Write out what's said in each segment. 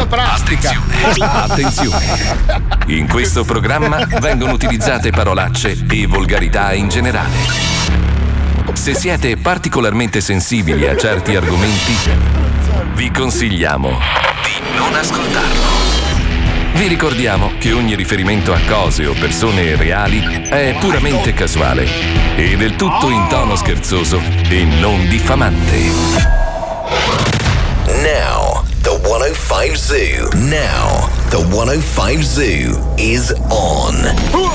plastica. Attenzione. In questo programma vengono utilizzate parolacce e volgarità in generale. Se siete particolarmente sensibili a certi argomenti, vi consigliamo di non ascoltarlo. Vi ricordiamo che ogni riferimento a cose o persone reali è puramente casuale e del tutto in tono scherzoso e non diffamante. Now, the 105 Zoo. Now, the 105 Zoo is on.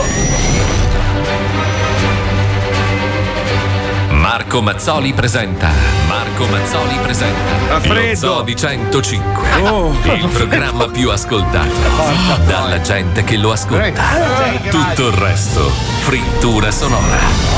Marco Mazzoli presenta Lo Zoo di 105, il programma più ascoltato dalla gente che lo ascolta. Tutto il resto, frittura sonora.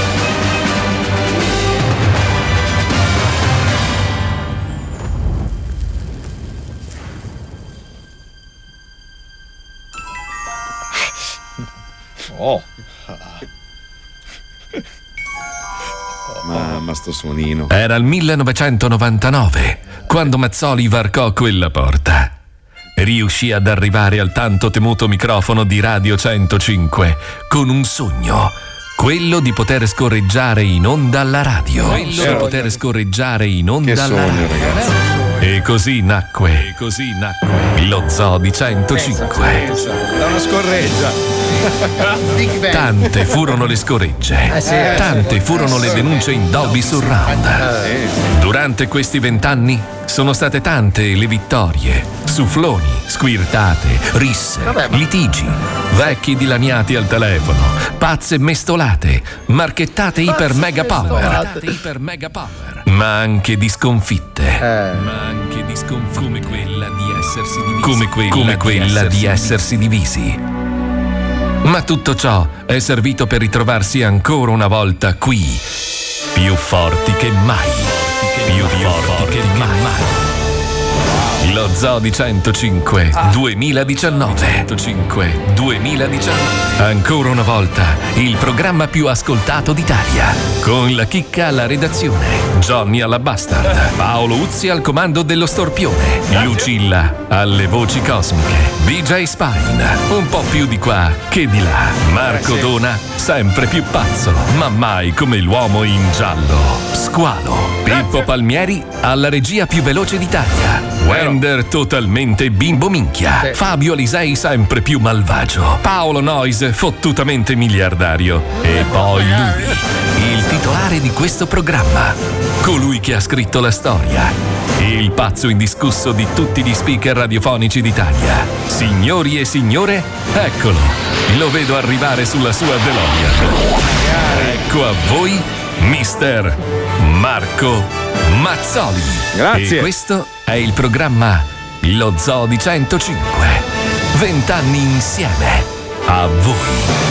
Mamma, sto suonino. Era il 1999 quando Mazzoli varcò quella porta. Riuscì ad arrivare al tanto temuto microfono di Radio 105 con un sogno, quello di poter scorreggiare in onda alla radio. E così nacque lo Zoo di 105. Da una scorreggia. Tante furono le scorregge, tante furono le denunce in Dolby Surround. Durante questi 20 anni sono state tante le vittorie, suffloni, squirtate, risse, litigi, vecchi dilaniati al telefono, pazze mestolate, marchettate iper mega power, ma anche di sconfitte, come quella di essersi divisi. Ma tutto ciò è servito per ritrovarsi ancora una volta qui, più forti che mai. Lo Zoo di 105 2019. Ancora una volta il programma più ascoltato d'Italia, con la chicca alla redazione, Johnny alla Bastard, Paolo Uzzi al comando dello Storpione, Lucilla alle voci cosmiche, DJ Spine un po' più di qua che di là, Marco Dona sempre più pazzo ma mai come l'uomo in giallo, Squalo, Pippo Palmieri alla regia più veloce d'Italia, Wender totalmente bimbo minchia, Fabio Alisei sempre più malvagio, Paolo Noise fottutamente miliardario e poi lui, il titolare di questo programma, colui che ha scritto la storia, il pazzo indiscusso di tutti gli speaker radiofonici d'Italia. Signori e signore, eccolo, lo vedo arrivare sulla sua DeLorean. Ecco a voi Mister Marco Mazzoli. Grazie. E questo è il programma Lo Zoo di 105. 20 anni insieme a voi.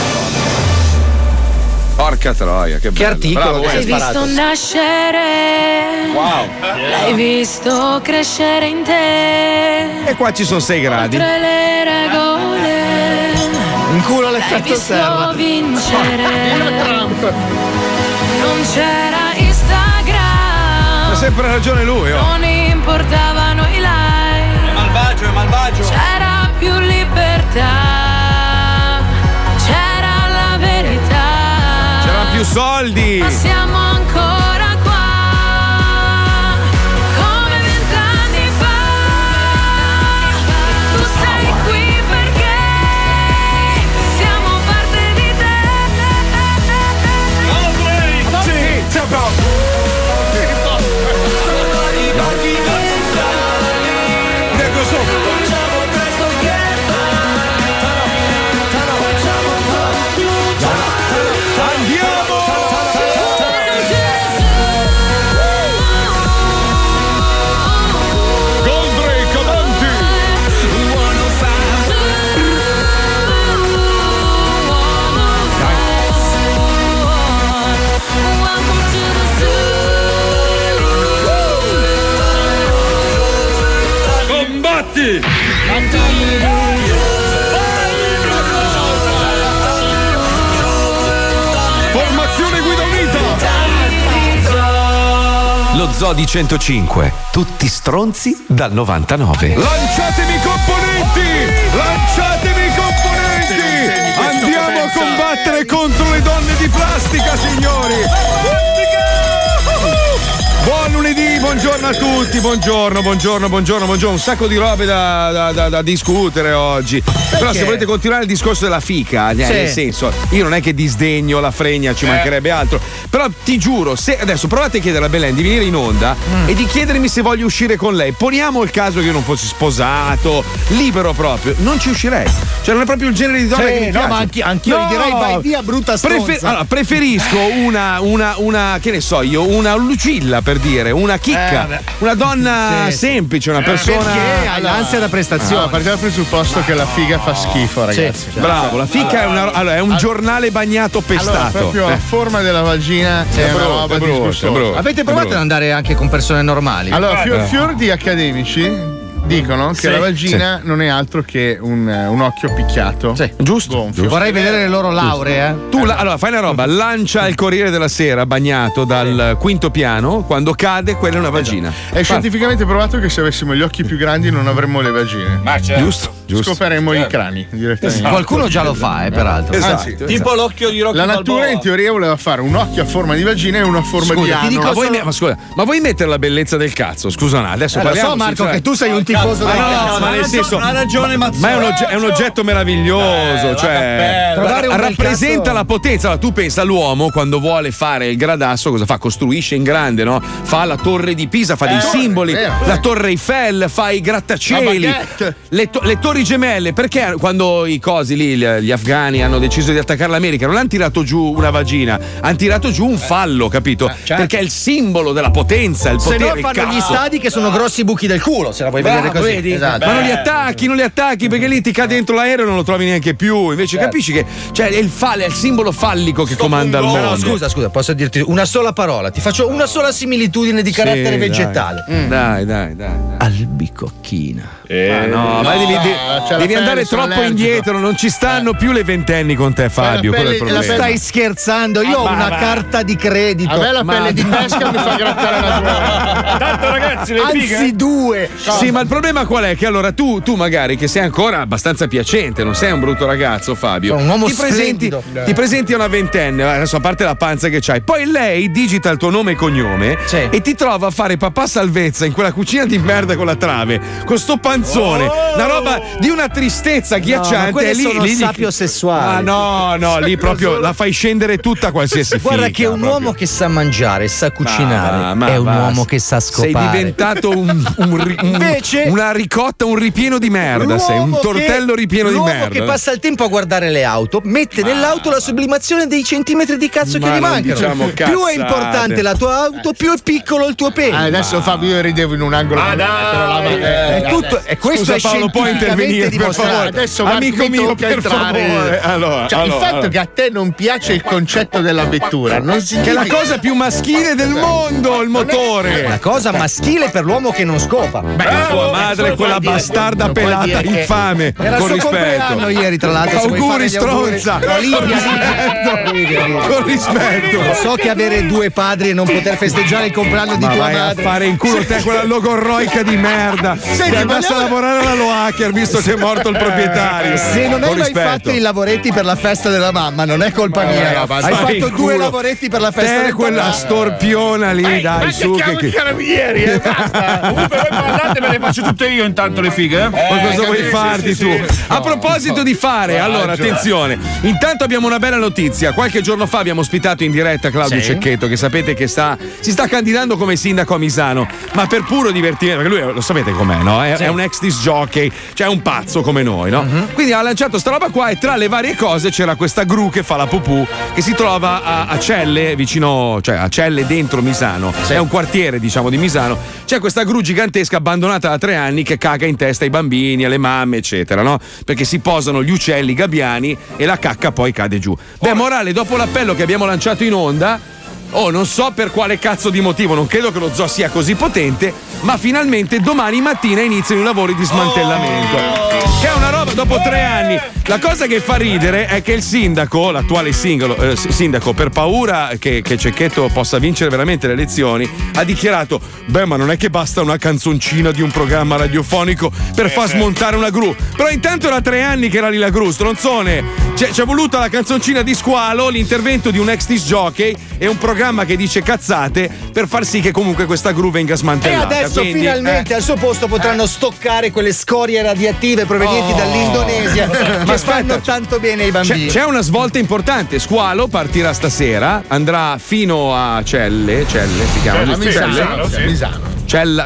Porca troia, che bello. articolo Bravo, hai visto nascere, wow. l'hai visto crescere in te. E qua ci sono 6 gradi. Oltre le regole, in culo l'hai l'effetto visto serra. vincere. Non c'era Instagram, Ha sempre ragione lui, oh. non importavano i like. È malvagio. C'era più libertà, c'era la verità. C'erano più soldi. Ma siamo ancora qua, come 20 anni fa. Tu sei qui perché siamo parte di te. Sì, ciao Paolo. Formazione guida unita. Lo Zoo di 105. Tutti stronzi dal 99. Lanciatemi i componenti! Lanciatemi i componenti! Andiamo a combattere contro le donne di plastica, signori! Buon lunedì, buongiorno a tutti, buongiorno. Un sacco di robe da discutere oggi. Però se volete continuare il discorso della fica, nel senso, io non è che disdegno la fregna, ci mancherebbe altro. Però ti giuro, se adesso provate a chiedere a Belen di venire in onda e di chiedermi se voglio uscire con lei. Poniamo il caso che io non fossi sposato, libero proprio, non ci uscirei. Cioè, non è proprio il genere di donna che mi piace. Ma anch'io gli direi vai via, brutta stronza. Allora, preferisco una che ne so io, una Lucilla, per dire, una chicca, una donna semplice, una persona. Perché hai l'ansia da prestazione. Partiamo dal presupposto che la figa fa schifo, ragazzi. Bravo, la fica è un giornale bagnato pestato. Proprio la forma della vagina è una roba disgustosa. Avete provato ad andare anche con persone normali? Allora, fior di accademici dicono che la vagina non è altro che un occhio picchiato. Sì. Giusto? Gonfio. Vorrei vedere le loro lauree. Tu allora fai una roba, lancia il Corriere della Sera bagnato dal quinto piano, quando cade quella è una vagina. È scientificamente provato che se avessimo gli occhi più grandi non avremmo le vagine. Ma certo. Giusto? Scoperemo i crani direttamente. Qualcuno già lo fa, peraltro. Esatto. Tipo l'occhio di Rocky La natura Balboa. in teoria voleva fare un occhio a forma di vagina e uno a forma di ano. ti dico Ma vuoi mettere la bellezza del cazzo? Scusa, no, adesso Lo parliamo. so, Marco, che tu sei un tifoso del cazzo. Ma nel senso, ha ragione Mazzoni. ma è un oggetto meraviglioso, cioè Trovare un bel rappresenta cazzo. la potenza. Allora, tu pensa l'uomo quando vuole fare il gradasso, cosa fa? Costruisce in grande, no? Fa la torre di Pisa, fa dei simboli, la torre Eiffel, fa i grattacieli, le torri gemelle. Perché quando i cosi lì, gli afghani hanno deciso di attaccare l'America, non hanno tirato giù una vagina, hanno tirato giù un fallo, capito? Perché è il simbolo della potenza, il Se potere. no il fanno gli cazzo. stadi che sono grossi buchi del culo, se la vuoi vedere così. Vedi? Esatto. Ma non li attacchi perché lì ti cade dentro l'aereo e non lo trovi neanche più. Invece capisci che è il simbolo fallico che comanda il mondo. Però scusa, posso dirti una sola parola? Ti faccio una sola similitudine di carattere Sì, vegetale. Dai. Albicocchina. No, ma devi andare troppo indietro, non ci stanno più le ventenni con te, Fabio. Quello è il problema. Stai scherzando? Io ho una carta di credito. A me la pelle di pesca mi fa grattare la gola. Tanto ragazzi, le fighe. Anzi, due. Sì, ma il problema qual è? Che allora tu magari che sei ancora abbastanza piacente, non sei un brutto ragazzo, Fabio. Sono un uomo ti presenti a una ventenne, adesso a parte la panza che c'hai, poi lei digita il tuo nome e cognome e ti trova a fare papà salvezza in quella cucina di merda con la trave, con sto panzone, una roba di una tristezza ghiacciante. quelle lì, sono lì sapiosessuali. No, lì proprio la fai scendere tutta qualsiasi Guarda fica, che un proprio. uomo che sa mangiare, sa cucinare, Ma è un basta. uomo che sa scopare. Sei diventato Invece, una ricotta, un ripieno di merda. Sei un tortello ripieno di merda. L'uomo che passa il tempo a guardare le auto, mette nell'auto la sublimazione dei centimetri di cazzo che Ma gli non mancano. diciamo Più è cazzate. importante la tua auto, più è piccolo il tuo pene. Adesso Fabio io ridevo in un angolo. È tutto, e questo Scusa, è Paolo, puoi intervenire, per dimostrato. favore? Adesso Amico mi mio, tocca per entrare. favore. Allora, il fatto che a te non piace il concetto della vettura non che è significa la cosa più maschile del mondo, il motore. Una cosa maschile per l'uomo che non scopa. Tua madre, quella bastarda non puoi pelata dire che- infame. Era Con il suo compleanno rispetto. ieri, tra l'altro. se vuoi fare Auguri, gli auguri. stronza. Olivia, Con rispetto. Lo so che avere due padri e non poter festeggiare il compleanno di Ma tua vai a madre. fare in culo te quella logorroica di merda. Che andasse a lavorare alla Loacker visto che è morto il proprietario. Se non hai Con mai rispetto. fatto i lavoretti per la festa della mamma, non è colpa mia. Hai Vai fatto in due culo. lavoretti per la festa Te del quella papà. storpiona lì, dai, su. i carabinieri Comunque voi parlate, me le faccio tutte io intanto le fighe. Ma cosa vuoi farti tu? A proposito di fare, allora attenzione. Intanto abbiamo una bella notizia. Qualche giorno fa abbiamo ospitato in diretta Claudio Cecchetto, che sapete che si sta candidando come sindaco a Misano, ma per puro divertimento, perché lui lo sapete com'è, no? È un ex disc jockey, cioè è un pazzo come noi, no? Quindi ha lanciato sta roba qua e tra le varie cose c'era questa gru che fa la pupù, che si trova a Celle, vicino, cioè a Celle dentro Misano. È un quartiere, diciamo, di Misano. C'è questa gru gigantesca abbandonata da 3 anni che caga in testa ai bambini, alle mamme, eccetera, no? Perché si posano gli uccelli gabbiani e la cacca poi cade giù. Beh, morale, dopo l'appello che abbiamo lanciato in onda, non so per quale cazzo di motivo, non credo che lo zoo sia così potente, ma finalmente domani mattina iniziano i lavori di smantellamento. Che è una roba dopo 3 anni. La cosa che fa ridere è che il sindaco, l'attuale sindaco, per paura che Cecchetto possa vincere veramente le elezioni, ha dichiarato: beh, ma non è che basta una canzoncina di un programma radiofonico per far smontare una gru. Però intanto era 3 anni che era lì la gru, stronzone. C'è voluta la canzoncina di Squalo, l'intervento di un ex disc jockey e un programma che dice cazzate per far sì che comunque questa gru venga smantellata. E adesso quindi, finalmente al suo posto potranno stoccare quelle scorie radioattive provenienti dall'Indonesia che fanno tanto bene ai bambini. C'è una svolta importante. Squalo partirà stasera, andrà fino a Celle si chiama? Misano. Cella,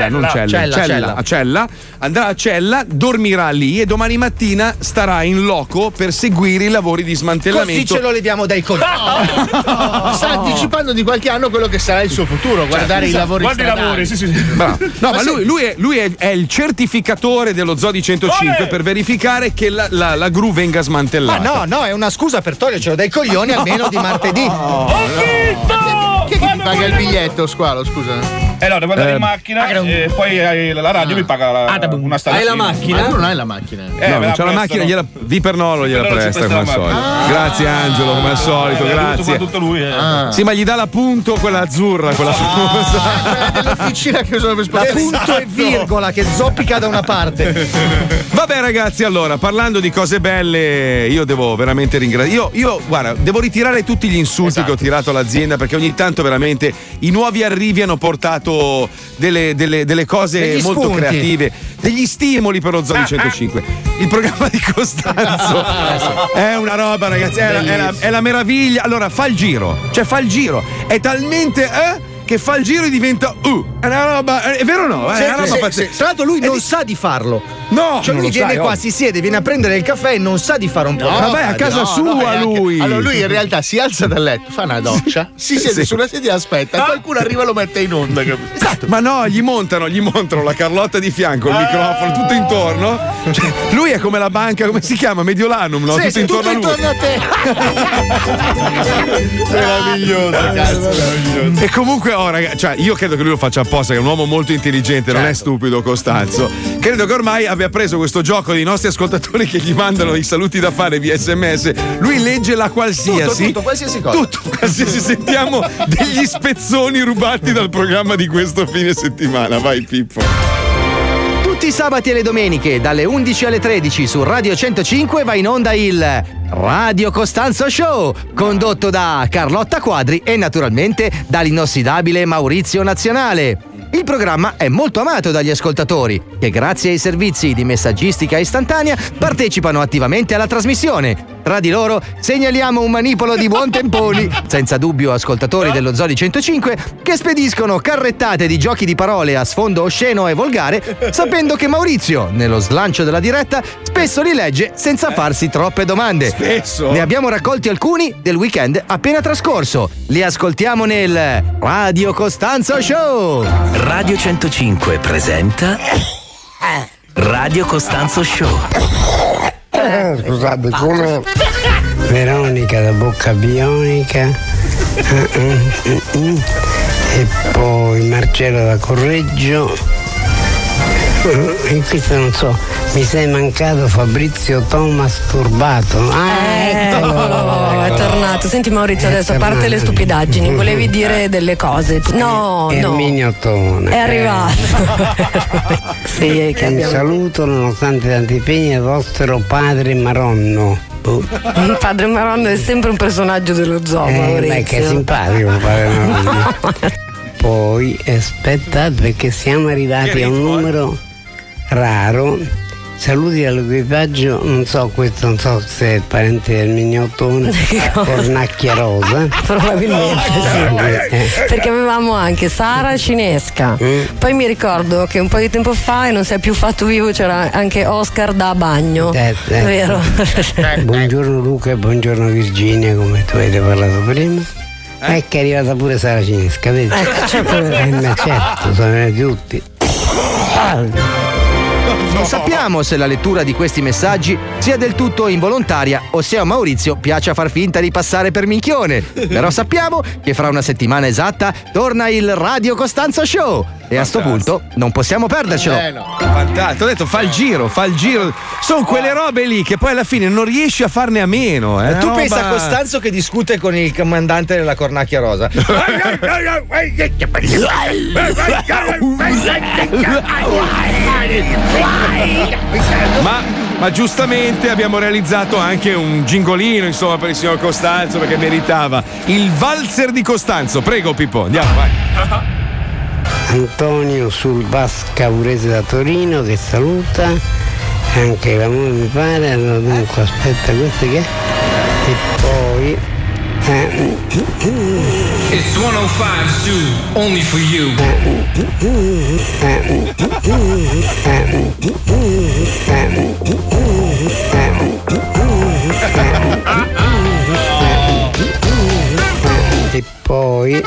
a Cella, andrà a Cella, dormirà lì e domani mattina starà in loco per seguire i lavori di smantellamento. Così ce lo leviamo dai coglioni. Sta anticipando di qualche anno quello che sarà il suo futuro, guardare i lavori. Guarda i lavori, sì. Bravo. No, ma lui è il certificatore dello Zodi 105 per verificare che la gru venga smantellata. Ma no, è una scusa per togliercelo dai coglioni almeno di martedì. Chi è che ti paga il biglietto, Squalo, scusa? No, devo andare in macchina e poi la radio mi paga una stazione. Hai la macchina? Tu non hai la macchina. No, c'è la macchina, Vipernolo gliela presta come al solito. Grazie Angelo, come al solito, grazie. Tutto lui. Sì, ma gli dà la punto quella azzurra, quella famosa. Dell'officina che usano per La punto e virgola che zoppica da una parte. Vabbè ragazzi, allora, parlando di cose belle, io devo veramente ringraziare. Io guarda, devo ritirare tutti gli insulti che ho tirato all'azienda, perché ogni tanto veramente i nuovi arrivi hanno portato delle cose degli molto spunti, creative, degli stimoli per lo Zodi 105. Il programma di Costanzo è una roba, ragazzi, è la meraviglia. Allora fa il giro, è talmente che fa il giro e diventa è una roba, è vero o no? È una roba pazzesca. Tra l'altro lui non sa di farlo. No, cioè lui viene qua, si siede, viene a prendere il caffè e non sa di fare un po'. Ma vai a casa sua lui. Allora lui in realtà si alza dal letto, fa una doccia, si siede sulla sedia e aspetta, qualcuno arriva e lo mette in onda. Esatto. Ma no, gli montano la Carlotta di fianco, il microfono, tutto intorno. Cioè, lui è come la banca, come si chiama? Mediolanum, no? Sì, tutto intorno a te. Meraviglioso, cazzo. E comunque, ragazzi, cioè, io credo che lui lo faccia apposta, che è un uomo molto intelligente, non è stupido Costanzo. Credo che ormai abbia preso questo gioco dei nostri ascoltatori che gli mandano i saluti da fare via SMS. Lui legge la qualsiasi. Tutto, qualsiasi cosa. Tutto, qualsiasi. Sentiamo degli spezzoni rubati dal programma di questo fine settimana. Vai Pippo. Tutti i sabati e le domeniche dalle 11 alle 13 su Radio 105 va in onda il Radio Costanzo Show, condotto da Carlotta Quadri e naturalmente dall'inossidabile Maurizio Nazionale. Il programma è molto amato dagli ascoltatori, che grazie ai servizi di messaggistica istantanea partecipano attivamente alla trasmissione. Tra di loro segnaliamo un manipolo di buon temponi, senza dubbio ascoltatori dello Zodi 105, che spediscono carrettate di giochi di parole a sfondo osceno e volgare, sapendo che Maurizio, nello slancio della diretta, spesso li legge senza farsi troppe domande. Spesso? Ne abbiamo raccolti alcuni del weekend appena trascorso. Li ascoltiamo nel Radio Costanzo Show. Radio 105 presenta Radio Costanzo Show. Scusate, come Veronica da Bocca Bionica e poi Marcello da Correggio e questo non so, mi sei mancato Fabrizio Thomas Turbato. È tornato. Senti Maurizio, adesso a parte le stupidaggini, volevi dire delle cose? No, Erminio Tone è arrivato. Sì, che un saluto nonostante tanti impegni al vostro padre Maronno. Il padre Maronno è sempre un personaggio dello zoo, Maurizio. Beh, che è simpatico il padre Maronno. Poi aspettate, perché siamo arrivati a un numero raro. Saluti all'equipaggio, non so se è il parente del mignottone, Cornacchia Rosa. Probabilmente sì. Perché avevamo anche Sara Cinesca. Poi mi ricordo che un po' di tempo fa, e non si è più fatto vivo, c'era anche Oscar da Bagno. Vero? Buongiorno Luca e buongiorno Virginia, come tu avete parlato prima. È che è arrivata pure Sara Cinesca, vedi? Certo, sono venuti tutti. Non sappiamo se la lettura di questi messaggi sia del tutto involontaria o se a Maurizio piaccia far finta di passare per minchione. Però sappiamo che fra una settimana esatta torna il Radio Costanzo Show E a sto punto non possiamo perdercelo. Fantastico, ho detto fa il giro. Sono quelle robe lì che poi alla fine non riesci a farne a meno. Tu pensa a Costanzo che discute con il comandante della Cornacchia Rosa. Ma giustamente abbiamo realizzato anche un gingolino, insomma, per il signor Costanzo, perché meritava il valzer di Costanzo. Prego Pippo, andiamo, vai. Antonio sul bus Cavurese da Torino che saluta, anche l'amore mi pare. Allora, dunque aspetta, questo che è? E poi It's 105 Zoo, only for you. E poi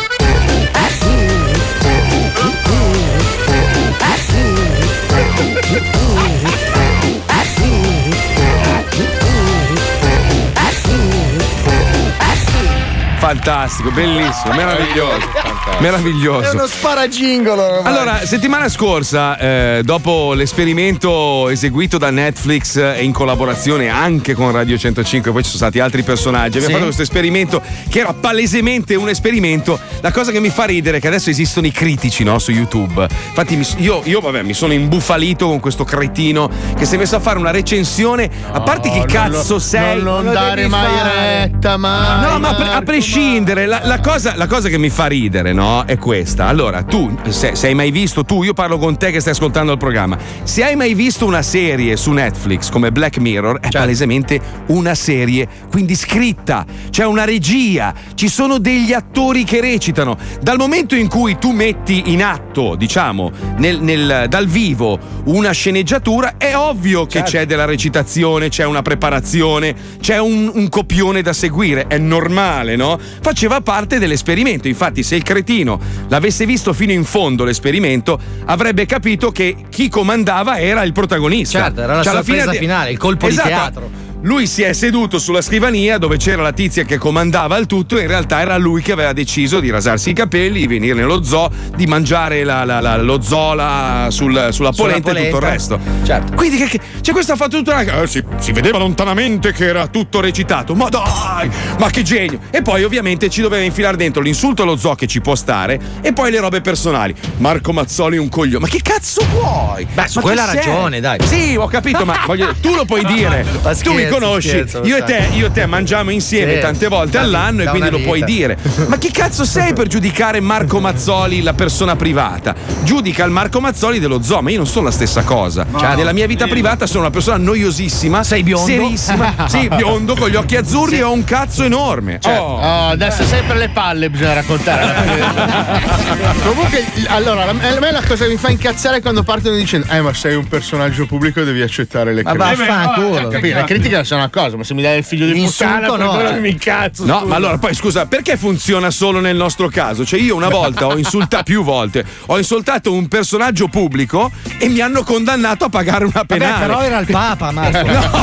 Fantastico, bellissimo, meraviglioso. È uno sparagingolo. Allora, settimana scorsa, dopo l'esperimento eseguito da Netflix in collaborazione anche con Radio 105, poi ci sono stati altri personaggi, abbiamo fatto questo esperimento che era palesemente un esperimento. La cosa che mi fa ridere è che adesso esistono i critici, no, su YouTube. Infatti io mi sono imbufalito con questo cretino che si è messo a fare una recensione. A parte chi cazzo sei? Non dare mai retta, mai. No, ma a prescindere, la cosa che mi fa ridere, no, è questa. Allora, tu, se hai mai visto, io parlo con te che stai ascoltando il programma, se hai mai visto una serie su Netflix come Black Mirror, è palesemente una serie, quindi scritta, c'è una regia, ci sono degli attori che recitano. Dal momento in cui tu metti in atto, diciamo, dal vivo una sceneggiatura, è ovvio che c'è della recitazione, c'è una preparazione, c'è un copione da seguire, è normale, no? Faceva parte dell'esperimento. Infatti, se il cretino l'avesse visto fino in fondo l'esperimento, avrebbe capito che chi comandava era il protagonista. Certo, era la sorpresa finale, il colpo di teatro. Lui si è seduto sulla scrivania dove c'era la tizia che comandava il tutto, e in realtà era lui che aveva deciso di rasarsi i capelli, di venire nello zoo, di mangiare lo zola sulla polenta e tutto il resto. Certo. Quindi c'è questa fattura che si vedeva lontanamente che era tutto recitato. Ma dai, ma che genio! E poi ovviamente ci doveva infilare dentro l'insulto allo zoo, che ci può stare, e poi le robe personali. Marco Mazzoli è un coglione. Ma che cazzo vuoi? Beh, su quella ragione, dai. Sì, ho capito, ma tu lo puoi dire. Tu mi conosci, io e te mangiamo insieme tante volte all'anno, e quindi lo puoi dire. Ma chi cazzo sei per giudicare Marco Mazzoli, la persona privata? Giudica il Marco Mazzoli dello zoo, ma io non sono la stessa cosa. Nella mia vita privata sono una persona noiosissima. Sei biondo? Serissima. Sì, biondo, con gli occhi azzurri, e ho un cazzo enorme. Adesso sempre le palle bisogna raccontare. Comunque, allora, a me la cosa che mi fa incazzare è quando partono dicendo ma sei un personaggio pubblico e devi accettare le critiche. Ma vaffanculo. Le critiche sono una cosa, ma se mi dai il figlio di puttana, mi incazzo. No, ma allora poi scusa, perché funziona solo nel nostro caso? Cioè, io una volta più volte ho insultato un personaggio pubblico e mi hanno condannato a pagare una penale. Però era il Papa, Marco.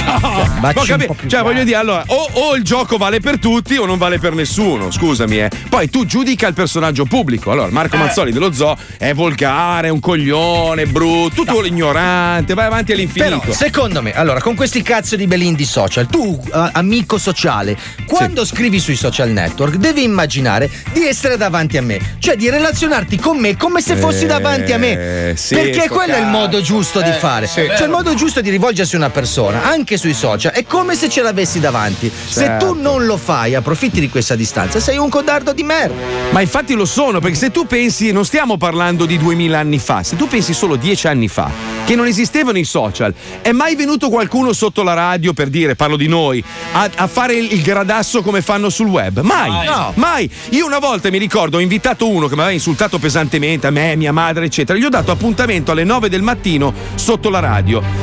Cioè, voglio dire, allora, o il gioco vale per tutti o non vale per nessuno, scusami. Poi tu giudica il personaggio pubblico. Allora, Marco Mazzoli dello zoo è volgare, è un coglione, brutto, tutto ignorante, vai avanti all'infinito. Però, secondo me, allora, con questi cazzo di belin di social, tu, amico sociale, quando scrivi sui social network, devi immaginare di essere davanti a me, cioè di relazionarti con me come se fossi davanti a me. Perché quello è il modo giusto di fare. Cioè, il modo giusto di rivolgersi a una persona, anche sui social, è come se ce l'avessi davanti. Se tu non lo fai, approfitti di questa distanza, sei un codardo di merda. Ma infatti lo sono, perché se tu pensi, non stiamo parlando di 2000 anni fa, se tu pensi solo 10 anni fa, che non esistevano i social, è mai venuto qualcuno sotto la radio, per dire, parlo di noi, a fare il gradasso come fanno sul web? Mai. No. Mai. Io una volta mi ricordo, ho invitato uno che mi aveva insultato pesantemente, a me, mia madre, eccetera. Gli ho dato appuntamento alle 9 del mattino sotto la radio.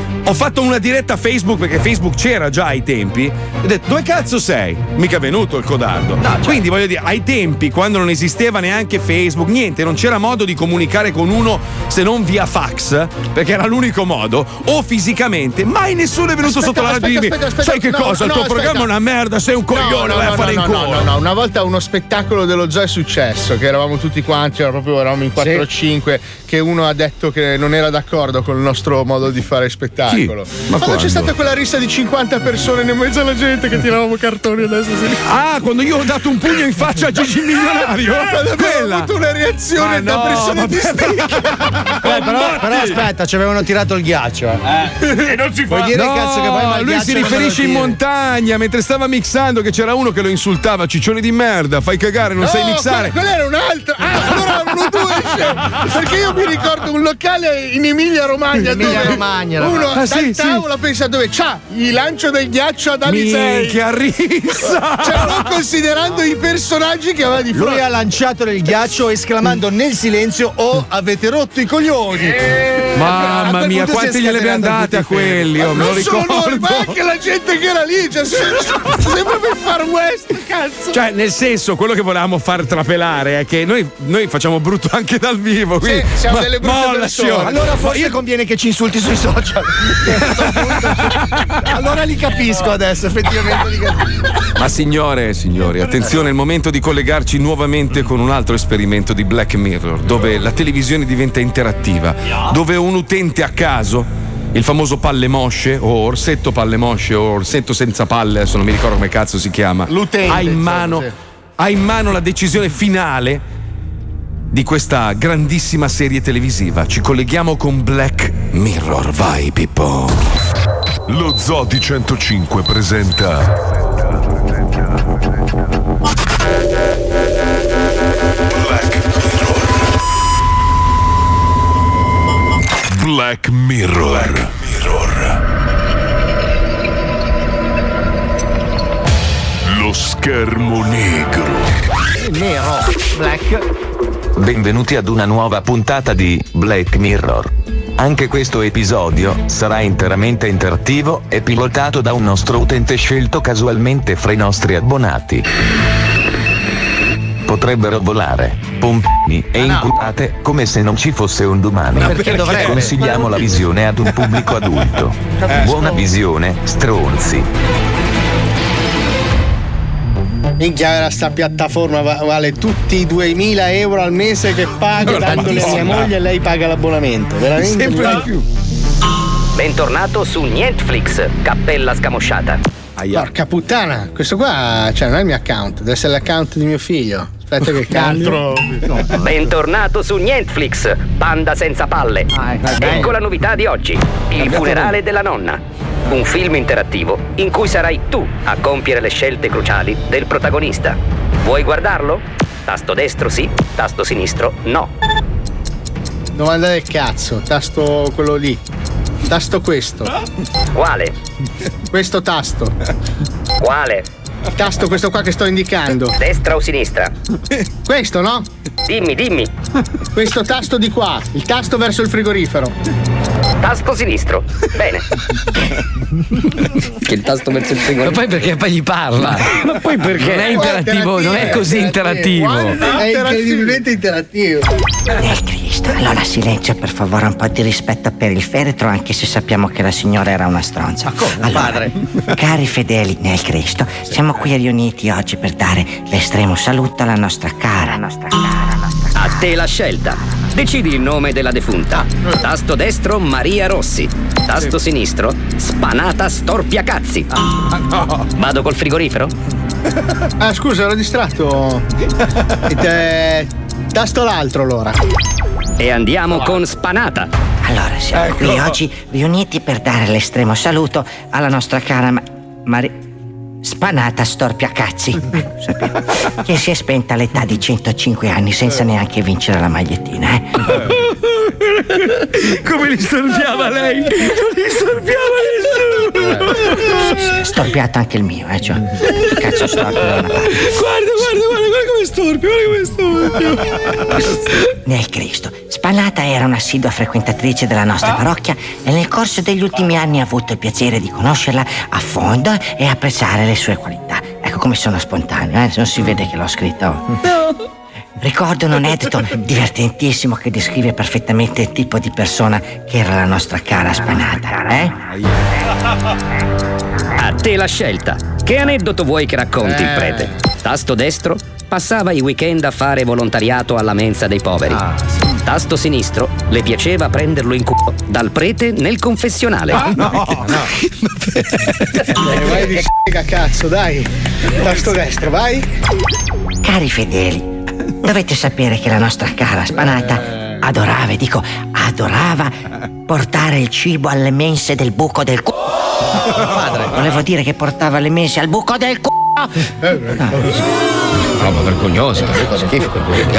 Ho fatto una diretta a Facebook perché Facebook c'era già ai tempi. Ho detto: dove cazzo sei? Mica venuto il codardo. Quindi voglio dire, ai tempi, quando non esisteva neanche Facebook, niente, non c'era modo di comunicare con uno se non via fax, perché era l'unico modo, o fisicamente. Mai nessuno è venuto sotto la radio e dirmi: sai che cosa? Il tuo programma è una merda, sei un coglione, vai a fare in culo. No, una volta uno spettacolo dello Zoo è successo, che eravamo tutti quanti, eravamo in 4 o 5, che uno ha detto che non era d'accordo con il nostro modo di fare spettacolo. Ma quando c'è stata quella rissa di 50 persone in mezzo alla gente che tiravamo cartoni adesso quando io ho dato un pugno in faccia a Gigi Milionario, quella ho avuto una reazione da pressione di sticca. però aspetta, ci avevano tirato il ghiaccio. E non si Vuoi dire cazzo che poi lui si riferisce in montagna mentre stava mixando, che c'era uno che lo insultava: ciccione di merda, fai cagare, non sai mixare. Quello era un altro. Allora erano due. Perché io mi ricordo un locale in Emilia Romagna uno dal tavolo pensa dove c'ha il lancio del ghiaccio ad Alizei. Che rissa! Cioè, non considerando i personaggi che aveva di fronte. Lui ha lanciato il ghiaccio esclamando nel silenzio: oh, avete rotto i coglioni. Mamma mia, quante gliele abbiamo date a quelli? Me lo ricordo. Ma anche la gente che era lì, cioè, sembra per Far West, cazzo. Cioè, nel senso, quello che volevamo far trapelare è che noi facciamo brutto anche dal vivo. Quindi, siamo delle brutte persone. Allora forse conviene che ci insulti sui social. Allora li capisco adesso, effettivamente li capisco. Ma signori, attenzione, è il momento di collegarci nuovamente con un altro esperimento di Black Mirror, dove la televisione diventa interattiva, dove un utente a caso, il famoso palle mosce o orsetto palle mosce o orsetto senza palle, adesso non mi ricordo come cazzo si chiama, l'utente ha in mano la decisione finale di questa grandissima serie televisiva. Ci colleghiamo con Black Mirror. Vai Pippo. Lo Zoo di 105 presenta Black Mirror. Lo schermo negro. Nero. Black. Benvenuti ad una nuova puntata di Black Mirror. Anche questo episodio sarà interamente interattivo e pilotato da un nostro utente scelto casualmente fra i nostri abbonati. Potrebbero volare, pompini e inculate come se non ci fosse un domani. Perché consigliamo la visione ad un pubblico adulto. Buona visione, stronzi. Minchia, sta piattaforma vale tutti i 2.000 euro al mese che pago dandole a mia moglie e lei paga l'abbonamento. Veramente sempre di più. Bentornato su Netflix, cappella scamosciata. Porca puttana, questo qua, cioè, non è il mio account, deve essere l'account di mio figlio. Aspetta che cambio. Bentornato su Netflix, panda senza palle. Ecco la novità di oggi: il funerale della nonna. Un film interattivo in cui sarai tu a compiere le scelte cruciali del protagonista. Vuoi guardarlo? Tasto destro sì, tasto sinistro no. Domanda del cazzo, tasto quello lì. Tasto questo. Quale? Questo tasto. Quale? Tasto questo qua che sto indicando. Destra o sinistra? Questo, no? Dimmi. Questo tasto di qua, il tasto verso il frigorifero. Tasto sinistro. Bene. Che il tasto verso il frigorifero. Ma poi perché poi gli parla? Ma poi perché? Non è interattivo, non è così interattivo. È incredibilmente interattivo. Nel Cristo, allora silenzio per favore, un po' di rispetto per il feretro, anche se sappiamo che la signora era una stronza. Ma come, allora, padre? Cari fedeli nel Cristo, siamo qui riuniti oggi per dare l'estremo saluto alla nostra cara. A te la scelta. Decidi il nome della defunta. Tasto destro Maria Rossi. Tasto sinistro Spanata Storpiacazzi. Vado col frigorifero? Ah, scusa, ero distratto. Tasto l'altro allora. E andiamo con Spanata. Allora, siamo qui oggi riuniti per dare l'estremo saluto alla nostra cara Spanata Storpiacazzi, che si è spenta all'età di 105 anni senza neanche vincere la magliettina, Come li storpiava lei? Non li storpiava nessuno. Storpiato anche il mio, cioè. Che cazzo storpio da una parte. Guarda come storpio, Nel Cristo. Spanata era un'assidua frequentatrice della nostra parrocchia e nel corso degli ultimi anni ha avuto il piacere di conoscerla a fondo e apprezzare le sue qualità. Ecco come sono spontaneo, non si vede che l'ho scritto. Ricordo un aneddoto divertentissimo che descrive perfettamente il tipo di persona che era la nostra cara Spanata, A te la scelta. Che aneddoto vuoi che racconti il prete? Tasto destro, passava i weekend a fare volontariato alla mensa dei poveri. Tasto sinistro, le piaceva prenderlo in culo dal prete nel confessionale. Vai di cazzo, dai. Tasto destro, vai. Cari fedeli, dovete sapere che la nostra cara Spanata adorava portare il cibo alle mense del buco del culo. Volevo dire che portava le mense al buco del culo. Roba vergognosa, schifo,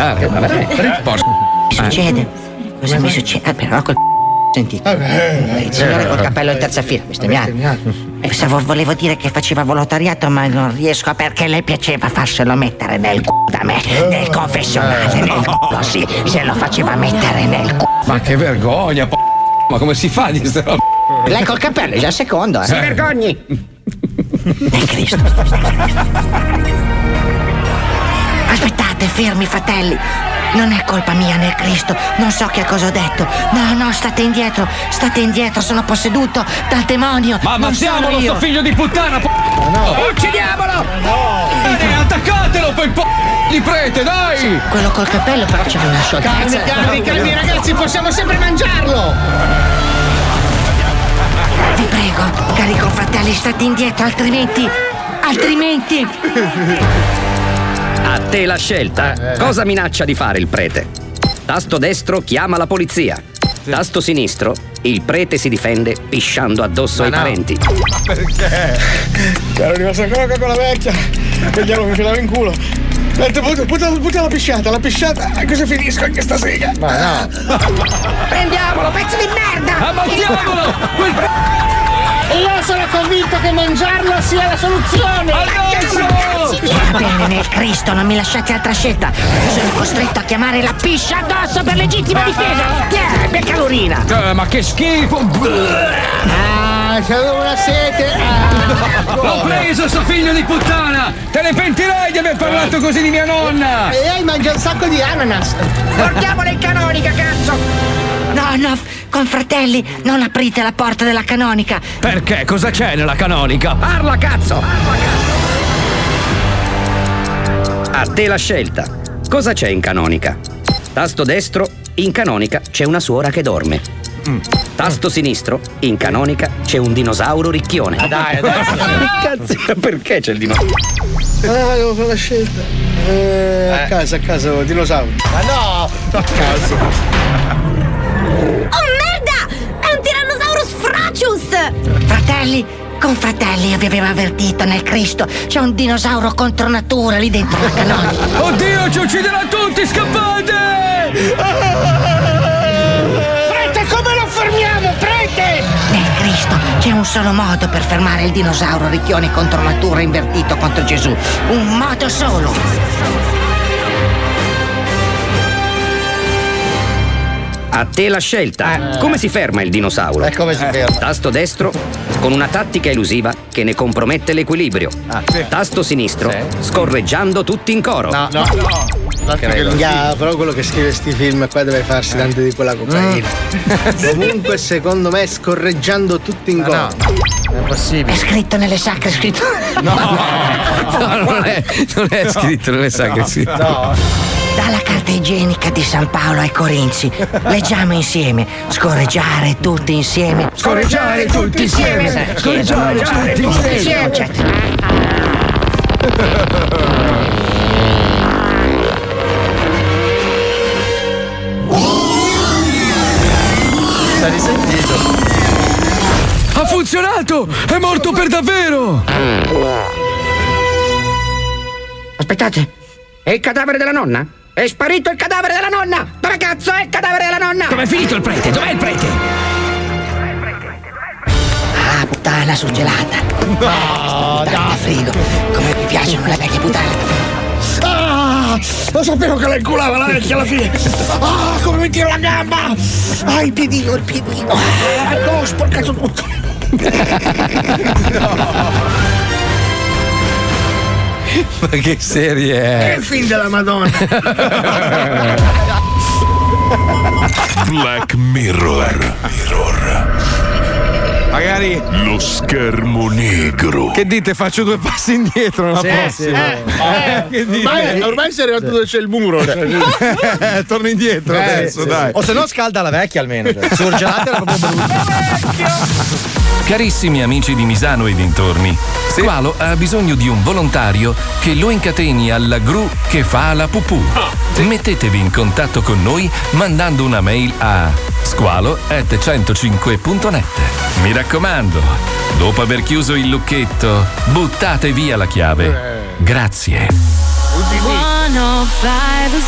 Succede? Cosa mi succede? Però col sentite. Il signore col cappello in terza fila, volevo dire che faceva volontariato, ma non riesco perché le piaceva farselo mettere nel culo da me, nel confessionale, nel culo, sì, se lo faceva mettere nel culo. Ma che vergogna, ma come si fa di queste robe? Lei col cappello è già il secondo, Si vergogni! Nel Cristo. Aspettate, fermi fratelli. Non è colpa mia, nel Cristo. Non so che cosa ho detto. No, state indietro, sono posseduto dal demonio. Ma ammazziamolo, sto figlio di puttana! Uccidiamolo! Attaccatelo poi di prete, dai! Sì, quello col cappello però c'ha una scioltezza. Calmi ragazzi, possiamo sempre mangiarlo! Vi prego, cari confratelli, state indietro, altrimenti. A te la scelta. Cosa minaccia di fare il prete? Tasto destro, chiama la polizia. Tasto sinistro, il prete si difende pisciando addosso ai parenti. Ma perché? Ero rimasto ancora con la vecchia e glielo infilavo in culo. Ho detto, butta la pisciata, cosa finisco anche stasera? Ma no. Prendiamolo, pezzo di merda! Ammazziamolo! Io sono convinto che mangiarlo sia la soluzione! Va bene, nel Cristo, non mi lasciate altra scelta. Sono costretto a chiamare la piscia addosso per legittima difesa. Becca l'urina. Ma che schifo! C'avevo una sete. L'ho preso, sto figlio di puttana! Te ne pentirai di aver parlato così di mia nonna! E lei mangia un sacco di ananas. Portiamola in canonica, cazzo! No, confratelli, non aprite la porta della canonica. Perché? Cosa c'è nella canonica? Parla, cazzo! A te la scelta. Cosa c'è in canonica? Tasto destro, in canonica c'è una suora che dorme. Tasto sinistro, in canonica c'è un dinosauro ricchione. Dai, adesso. Cazzo, perché c'è il dinosauro? Devo fare la scelta. A casa, dinosauro. Ma no! A casa. Oh merda! È un Tyrannosaurus Fracius! Confratelli, io vi avevo avvertito, nel Cristo. C'è un dinosauro contro natura lì dentro la canonica. Oddio, ci ucciderà tutti, scappate! Prete, come lo fermiamo, prete? Nel Cristo c'è un solo modo per fermare il dinosauro ricchione contro natura invertito contro Gesù. Un modo solo. A te la scelta. Come si ferma il dinosauro? Come si ferma? Tasto destro, con una tattica elusiva che ne compromette l'equilibrio. Tasto sinistro, scorreggiando tutti in coro. No. Però quello che scrive sti film qua deve farsi tanto di quella cocaina. Comunque, secondo me, scorreggiando tutti in coro. È possibile. È scritto nelle sacre scritture. No, non è scritto nelle sacre scritture. No. Dalla carta igienica di San Paolo ai Corinzi. Leggiamo insieme. Scorreggiare tutti insieme. Scorreggiare tutti insieme. Scorreggiare tutti insieme. L'hai risentito? Ha funzionato! È morto per davvero! Aspettate, è il cadavere della nonna? È sparito il cadavere della nonna! Dove cazzo è il cadavere della nonna? Dov'è finito il prete? Dov'è il prete? Ah, puttana surgelata. No, da frigo. Come mi piacciono le vecchie puttane. Lo sapevo che la inculava la vecchia alla fine. Come mi tiro la gamba. Il piedino. Ho sporcato tutto. Ma che serie è? È il film della Madonna. Black Mirror. Magari lo schermo negro. Che dite? Faccio 2 passi indietro la prossima. Che dite? Ormai sei arrivato dove c'è il muro. Torno indietro adesso, dai. O se no scalda la vecchia almeno. Surgelata era proprio brutta. Carissimi amici di Misano e dintorni, Squalo ha bisogno di un volontario che lo incateni alla gru che fa la pupù. Mettetevi in contatto con noi mandando una mail a squalo@105.net. Mi raccomando, dopo aver chiuso il lucchetto, buttate via la chiave. Grazie. 105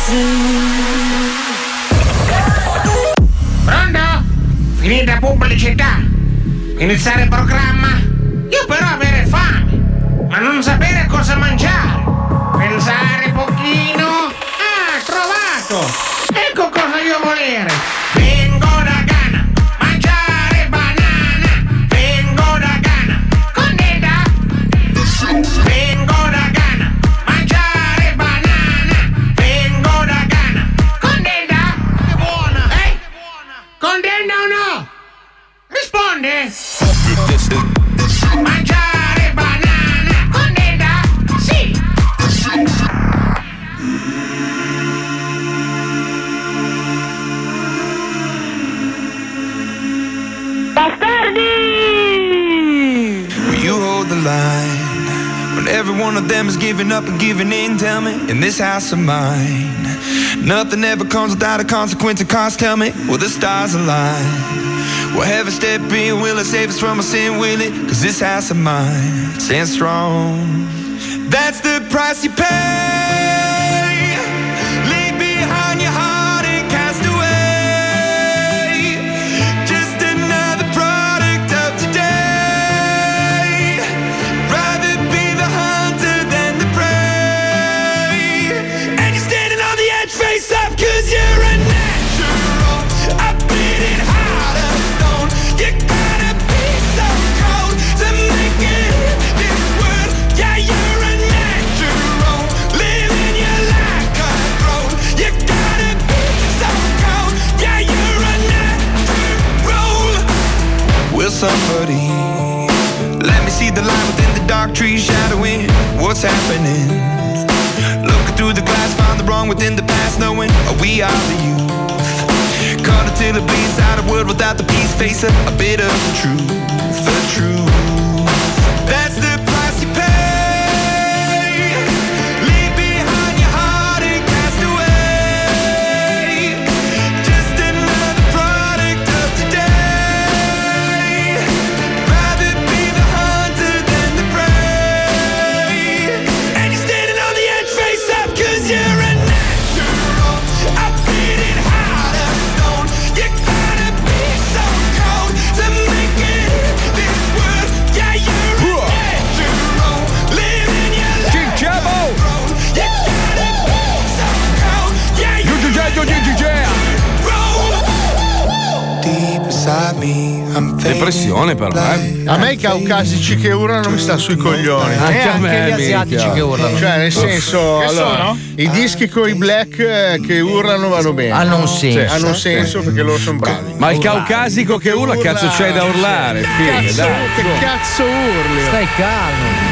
Pronto? Finita pubblicità? Iniziare il programma? Io però avere fame, ma non sapere cosa mangiare. Pensare pochino. Trovato! Ecco cosa io volere. Vengo da Ghana, mangiare banana. Vengo da Ghana, condena. Vengo da Ghana, mangiare banana. Vengo da Ghana, condena. Che buona! Condena o no? Risponde! Mangiare banana, condena? Sì! Will you hold the line when every one of them is giving up and giving in? Tell me, in this house of mine, nothing ever comes without a consequence and cost. Tell me, will the stars align? Will heaven step in? Will it save us from our sin? Will it? 'Cause this house of mine stands strong. That's the price you pay. Leave behind your heart and cast away. Just another product of today. Rather be the hunter than the prey. And you're standing on the edge, face up, 'cause you're a natural. I bleed it hard of stone. You gotta be so cold to make it in this world. Yeah, you're a natural. Living your life control. You gotta be so cold. Yeah, you're a natural. Will somebody let me see the light within the dark trees shadowing what's happening? Looking through the glass, find the wrong within the past, knowing we are the youth. Caught until it bleeds out of world without the peace, face a bit of the truth. The truth. That's the price you pay. Leave behind your heart and cast away. Just another product of today. Rather be the hunter than the prey. And you're standing on the edge, face up, 'cause you're a natural. I bleed it hard of stone. You gotta be so cold to make it in this world. Yeah, you're a natural. Living your life. You gotta be so cold. Yeah, you're a natural. Deep inside me, I'm Depressione però, A me i caucasici che urlano mi sta sui coglioni. Anche a me, gli asiatici che urlano. Cioè, nel senso, Che allora, sono? i dischi con i black che urlano vanno bene. Hanno un senso. Sì, hanno un senso perché loro sono bravi. Ma il caucasico che urla, cazzo c'hai da urlare? Figa, Cazzo, dai. che cazzo urli? Stai calmo.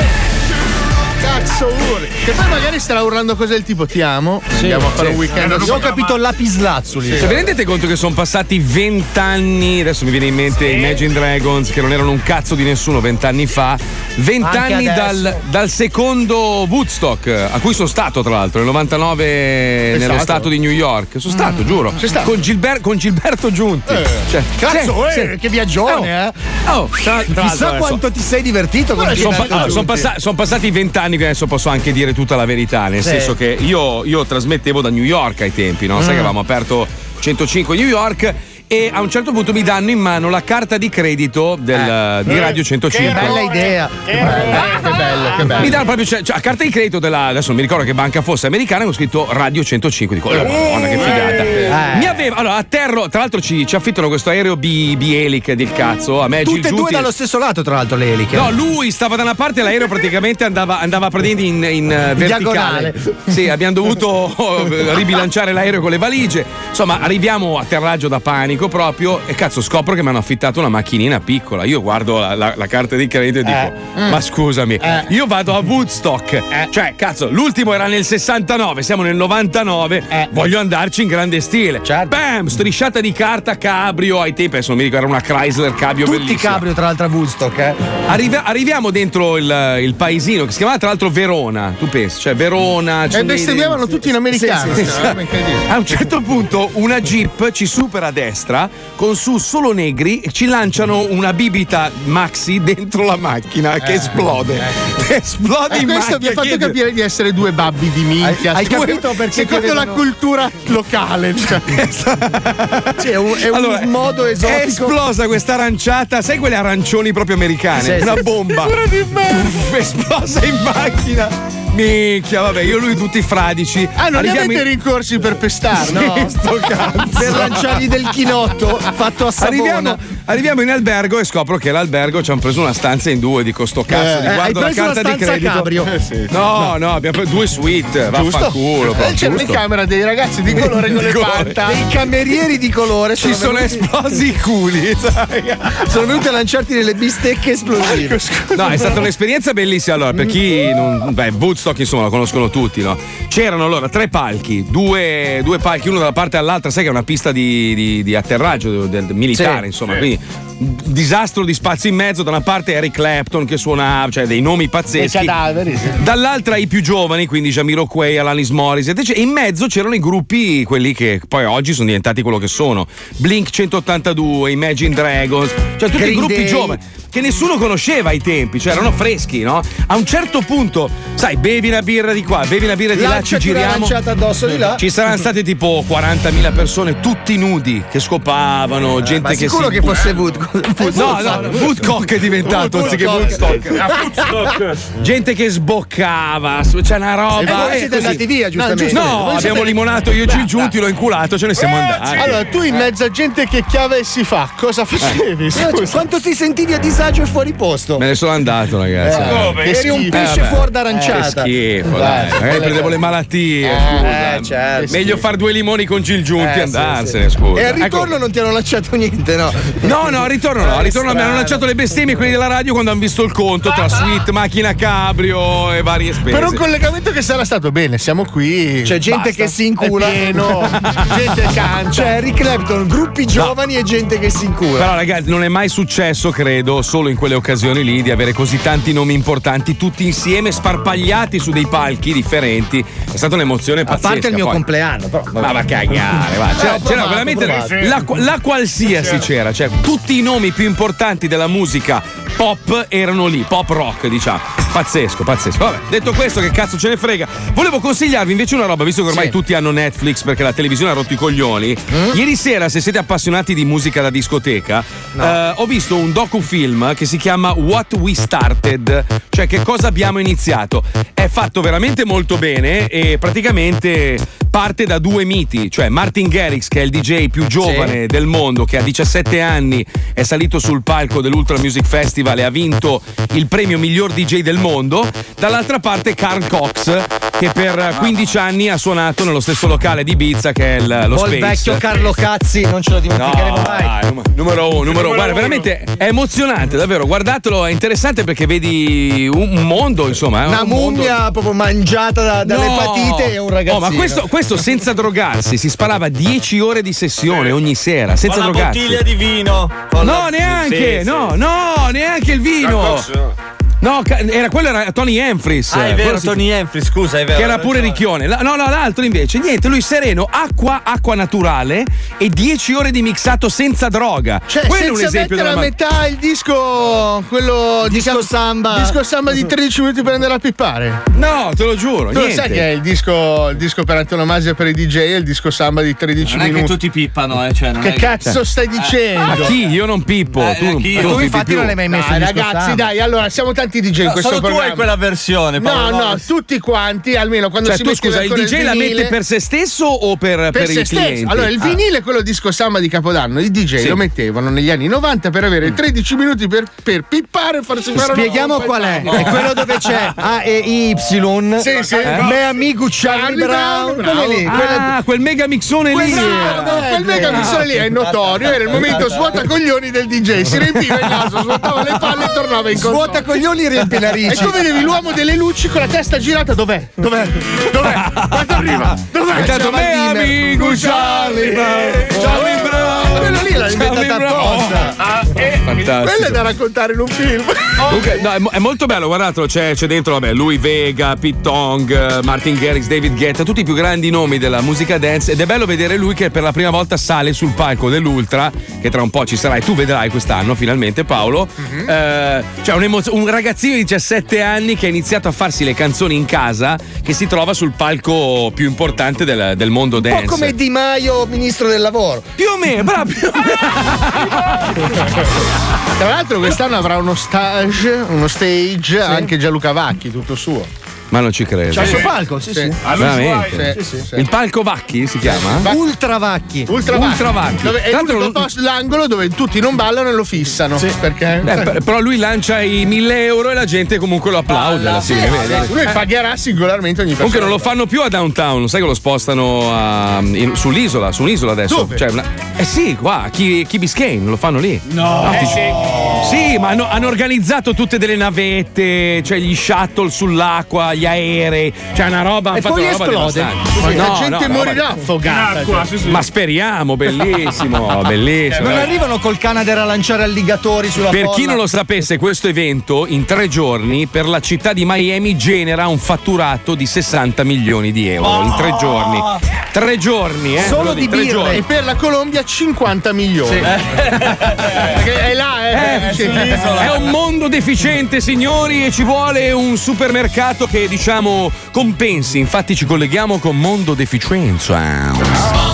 Cazzo urli. Che poi magari starà urlando cose del tipo ti amo. Andiamo a fare un weekend. Io ho capito lapislazzuli. Se vi rendete conto che sono passati 20 anni, adesso mi viene in mente Imagine Dragons, che non erano un cazzo di nessuno 20 anni fa, 20 Anche anni adesso. dal secondo Woodstock, a cui sono stato tra l'altro, nel 99 nello stato di New York. Sono stato, giuro. Sei stato? Con Gilberto Giunti. Cioè, Cazzo, sì. che viaggione, Chissà quanto ti sei divertito con Gilberto Giunti. Sono passati 20 anni che adesso posso anche dire tutta la verità, nel senso che io trasmettevo da New York ai tempi, no? Sai che avevamo aperto 105 New York e a un certo punto mi danno in mano la carta di credito di Radio 105. Che bella idea. Che bello. Mi danno proprio la carta di credito adesso non mi ricordo che banca fosse americana, con scritto Radio 105. Dico, Madonna, che figata. Mi aveva, allora atterro, tra l'altro ci affittano questo aereo B-eliche del cazzo. A me tutte e due dallo stesso lato, tra l'altro, le eliche. No, lui stava da una parte e l'aereo praticamente andava praticamente in verticale. Sì, abbiamo dovuto ribilanciare l'aereo con le valigie. Insomma, arriviamo a atterraggio da panico proprio e cazzo scopro che mi hanno affittato una macchinina piccola. Io guardo la carta di credito e dico ma scusami, io vado a Woodstock, cioè cazzo l'ultimo era nel 69, siamo nel 99, voglio andarci in grande stile. Bam, strisciata di carta cabrio ai tempi, adesso non mi ricordo, era una Chrysler cabrio tutti bellissima. cabrio tra l'altro a Woodstock. Arriviamo dentro il paesino che si chiamava tra l'altro Verona, tu pensi, cioè Verona e bestemmiavano tutti in americano. Sì. A un certo punto una Jeep ci supera a destra con su solo negri e ci lanciano una bibita maxi dentro la macchina che esplode. Esplode in questo macchina. mi ha fatto capire di essere due babbi di minchia. Hai capito perché secondo la cultura locale. È un modo esotico. È esplosa questa aranciata, sai quelle arancioni proprio americane? Una bomba. Esplosa in macchina. Minchia, vabbè, io e lui tutti fradici. Non li avete rincorsi per pestare, no? Sto cazzo. Per lanciargli del chinotto fatto a Savona. Arriviamo in albergo e scopro che l'albergo ci hanno preso una stanza in due. Dico sto cazzo, di guardo la carta di credito. Cabrio. No, abbiamo preso 2 suite. Vaffanculo. C'erano in camera dei ragazzi di colore con le panta. Dei camerieri di colore. Ci sono esplosi i culi. Sono venuti a lanciarti delle bistecche esplosive. No, è stata un'esperienza bellissima. Allora, per chi non. Woodstock, insomma, lo conoscono tutti, no? C'erano allora 3 palchi, due palchi, uno dalla parte all'altra, sai che è una pista di atterraggio del militare, insomma, quindi disastro di spazio in mezzo. Da una parte Eric Clapton che suonava, cioè dei nomi pazzeschi. Dall'altra i più giovani, quindi Jamiroquai, Alanis Morissette, e in mezzo c'erano i gruppi, quelli che poi oggi sono diventati quello che sono. Blink 182, Imagine Dragons, cioè tutti i gruppi giovani che nessuno conosceva ai tempi, cioè erano freschi, no? A un certo punto, sai, bevi una birra di qua, bevi una birra di là, ci giriamo. Lanciata addosso di là. Ci saranno state tipo 40.000 persone, tutti nudi, che scopavano, gente che sicuro che fosse Woodcock. No, Woodcock è diventato anziché Woodstock. Gente che sboccava, c'è una roba. E voi siete andati via, giustamente. No, abbiamo limonato io Gil Giunti, l'ho inculato, ce ne siamo andati. Allora, tu in mezzo a gente che chiave si fa, cosa facevi? Quanto ti sentivi a disagio e fuori posto? Me ne sono andato, ragazzi. Eri un pesce fuori d'aranciata. Che schifo, dai. Magari prendevo le malattie, scusa. Certo. Meglio fare 2 limoni con Gil Giunti e andarsene, scusa. E al ritorno non ti hanno lasciato niente, no? No, al ritorno no. Al ritorno mi hanno lanciato le bestemmie quelli della radio quando hanno visto il conto tra suite, macchina cabrio e varie spese. Per un collegamento che sarà stato bene, siamo qui. C'è gente che si incula. È pieno. Gente canta. C'è Eric Clapton, gruppi giovani e gente che si incula. Però ragazzi, non è mai successo, credo, solo in quelle occasioni lì, di avere così tanti nomi importanti tutti insieme, sparpagliati su dei palchi differenti. È stata un'emozione pazzesca. A parte il mio compleanno, però. Ma va a cagare, va. C'era veramente la qualsiasi c'era, cioè tutti i nomi più importanti della musica pop erano lì, pop rock, diciamo. Pazzesco. Vabbè, detto questo, che cazzo ce ne frega. Volevo consigliarvi invece una roba, visto che ormai tutti hanno Netflix perché la televisione ha rotto i coglioni. Ieri sera, se siete appassionati di musica da discoteca, ho visto un docufilm che si chiama What We Started, cioè che cosa abbiamo iniziato. È fatto veramente molto bene e praticamente parte da 2 miti, cioè Martin Garrix, che è il DJ più giovane del mondo, che a 17 anni è salito sul palco dell'Ultra Music Festival e ha vinto il premio miglior DJ del mondo. Dall'altra parte Carl Cox, che per 15 anni ha suonato nello stesso locale di Ibiza che è lo Space. Il vecchio Carlo Cazzi, non ce lo dimenticheremo mai. Numero uno. Guarda, veramente è emozionante, davvero. Guardatelo, è interessante perché vedi un mondo, insomma. Una mummia proprio mangiata dall'epatite e un ragazzino. Ma questo senza drogarsi, si sparava 10 ore di sessione ogni sera, senza drogarsi. Una bottiglia di vino. No, neanche, neanche il vino. No, quello era Tony Humphries. Ah, è vero, Tony Humphries, scusa, è vero. Che era pure ricchione. No, l'altro invece, niente, lui sereno, acqua naturale e 10 ore di mixato senza droga. Cioè, quello è un senza esempio mettere a metà il disco, quello disco samba. Disco samba di 13 minuti per andare a pippare. No, te lo giuro. Tu lo sai che è il disco per antonomasia per i DJ è il disco samba di 13 non minuti. Non è che tutti pippano, cioè, non che è cazzo stai dicendo? Ma chi? Io non pippo. Tu infatti non l'hai mai messo. Dai, ragazzi, dai, allora siamo tanti DJ in questo solo programma. tu hai quella versione. No, tutti quanti, almeno quando si mette scusa, il DJ la mette per se stesso o per i clienti? Allora, il vinile, quello disco samba di Capodanno, i DJ lo mettevano negli anni 90 per avere 13 minuti per pippare e farsi fare. Spieghiamo qual è. È quello dove c'è A e Y. Sì. Me amico Charlie Brown. Quel mega mixone lì. Quel mega mixone lì è notorio. Era il momento svuota coglioni del DJ. Si riempiva il naso, svuotava le palle e tornava in console. Svuota coglioni, riempie narici. E tu vedevi l'uomo delle luci con la testa girata. Dov'è? Quando arriva? Dov'è? Intanto me amico Charlie Brown. Quello lì l'ha inventata apposta. Fantastico. Quello è da raccontare in un film. Comunque, no, è molto bello, guardatelo, c'è dentro, vabbè, Louis Vega, Pete Tong, Martin Garrix, David Guetta, tutti i più grandi nomi della musica dance, ed è bello vedere lui che per la prima volta sale sul palco dell'Ultra, che tra un po' ci sarà e tu vedrai quest'anno finalmente, Paolo. Cioè un ragazzino di 17 anni che ha iniziato a farsi le canzoni in casa, che si trova sul palco più importante del mondo dance. Un po' come Di Maio, ministro del lavoro. Più o meno, bravo. Tra l'altro quest'anno avrà uno stage anche Gianluca Vacchi, tutto suo. Ma non ci credo. C'ha il suo palco, sì. Veramente? Sì. Il palco Vacchi si chiama? Ultra Vacchi. Dove è l'unico posto, l'angolo dove tutti non ballano e lo fissano. Sì. Perché? Però lui lancia i 1.000 euro e la gente comunque lo applaude alla fine. Lui pagherà singolarmente ogni persona. Comunque non lo fanno più a downtown, sai che lo spostano sull'isola, su un'isola adesso. Dove? Cioè, sì, qua, a Key Biscayne, lo fanno lì. No. Sì, ma hanno organizzato tutte delle navette, cioè gli shuttle sull'acqua, gli aerei, cioè una roba. E poi esplode. La gente morirà affogata. Ma speriamo, bellissimo, bellissimo. Non arrivano col Canadair a lanciare alligatori sulla Per folla. chi non lo sapesse, questo evento in 3 giorni per la città di Miami genera un fatturato di 60 milioni di euro in 3 giorni. 3 giorni, Solo di birre. E per la Colombia 50 milioni. Perché è là, È un mondo deficiente, signori, e ci vuole un supermercato che, diciamo, compensi. Infatti ci colleghiamo con Mondo Deficienza.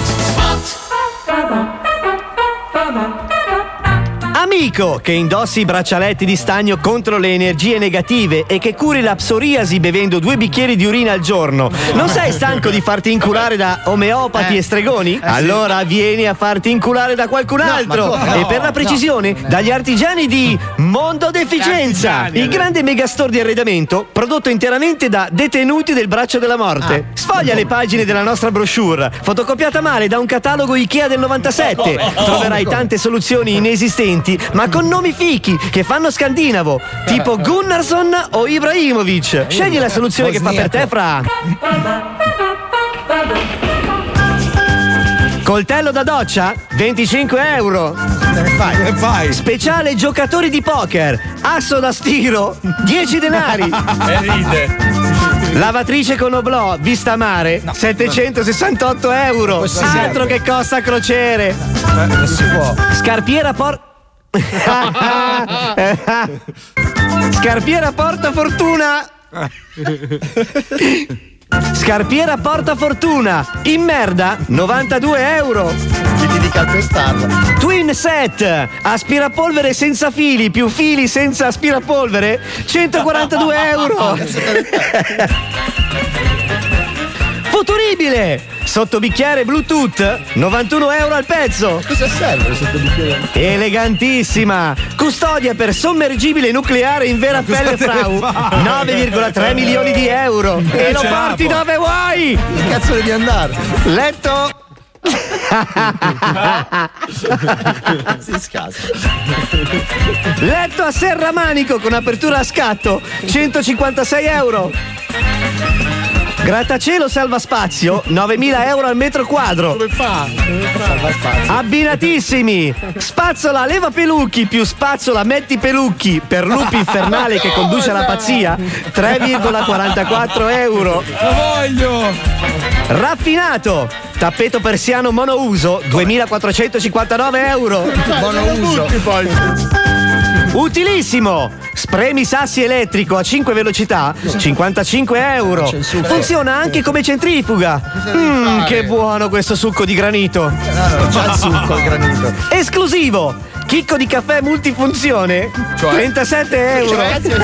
Amico che indossi i braccialetti di stagno contro le energie negative e che curi la psoriasi bevendo 2 bicchieri di urina al giorno, non sei stanco di farti inculare da omeopati e stregoni? Allora vieni a farti inculare da qualcun altro e per la precisione dagli artigiani di Mondo Deficienza, il grande megastore di arredamento prodotto interamente da detenuti del braccio della morte. Sfoglia le pagine della nostra brochure fotocopiata male da un catalogo Ikea del 97. Troverai tante soluzioni inesistenti ma con nomi fichi che fanno scandinavo, tipo Gunnarsson o Ibrahimovic. Scegli la soluzione che fa per te fra coltello da doccia 25 euro. Fai. Speciale giocatori di poker, asso da stiro 10 denari. Ride. Lavatrice con oblò vista mare 768 euro. Altro che costa crociere. Non si può. Scarpiera Scarpiera porta fortuna. Scarpiera porta fortuna in merda 92 euro. Ti dica quest'anno. Twin set aspirapolvere senza fili più fili senza aspirapolvere 142 euro. Futuribile sottobicchiere Bluetooth 91 euro al pezzo. Cosa serve il sottobicchiere? Elegantissima custodia per sommergibile nucleare in vera pelle frau 9,3 milioni di euro e lo porti dove vuoi. Che cazzo devi andare? Letto si scasa. letto a serramanico con apertura a scatto 156 euro. Grattacielo salvaspazio, 9.000 euro al metro quadro. Come fa? Abbinatissimi! Spazzola leva pelucchi più spazzola metti pelucchi per lupi infernale che conduce alla pazzia, 3,44 euro. Lo voglio! Raffinato! Tappeto persiano monouso, 2.459 euro. Monouso. Utilissimo! Spremi sassi elettrico a 5 velocità, 55 euro. Funziona anche come centrifuga. Che buono questo succo di granito. Già il succo il granito. Esclusivo! Chicco di caffè multifunzione, 37 euro.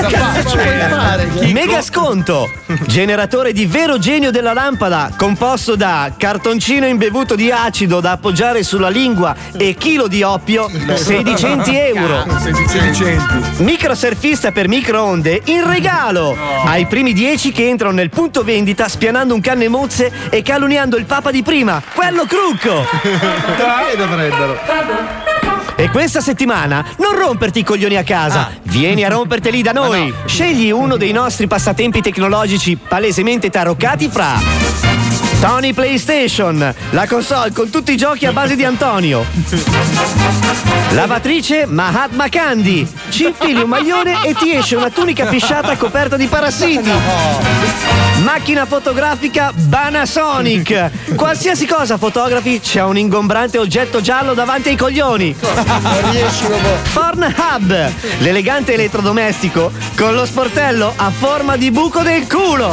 Mega sconto! Generatore di vero genio della lampada, composto da cartoncino imbevuto di acido da appoggiare sulla lingua e chilo di oppio, 16 euro. Microsurfista per microonde in regalo ai primi 10 che entrano nel punto vendita spianando un cannemozze e calunniando il papa di prima, quello Crucco. Perché dovrebbero? E questa settimana non romperti i coglioni a casa, vieni a romperteli da noi. Scegli uno dei nostri passatempi tecnologici palesemente taroccati fra Tony PlayStation, la console con tutti i giochi a base di Antonio, lavatrice Mahatma Gandhi, ci infili un maglione e ti esce una tunica pisciata coperta di parassiti. Macchina fotografica Panasonic. Qualsiasi cosa fotografi c'è un ingombrante oggetto giallo davanti ai coglioni. Non riesci, Pornhub, l'elegante elettrodomestico con lo sportello a forma di buco del culo.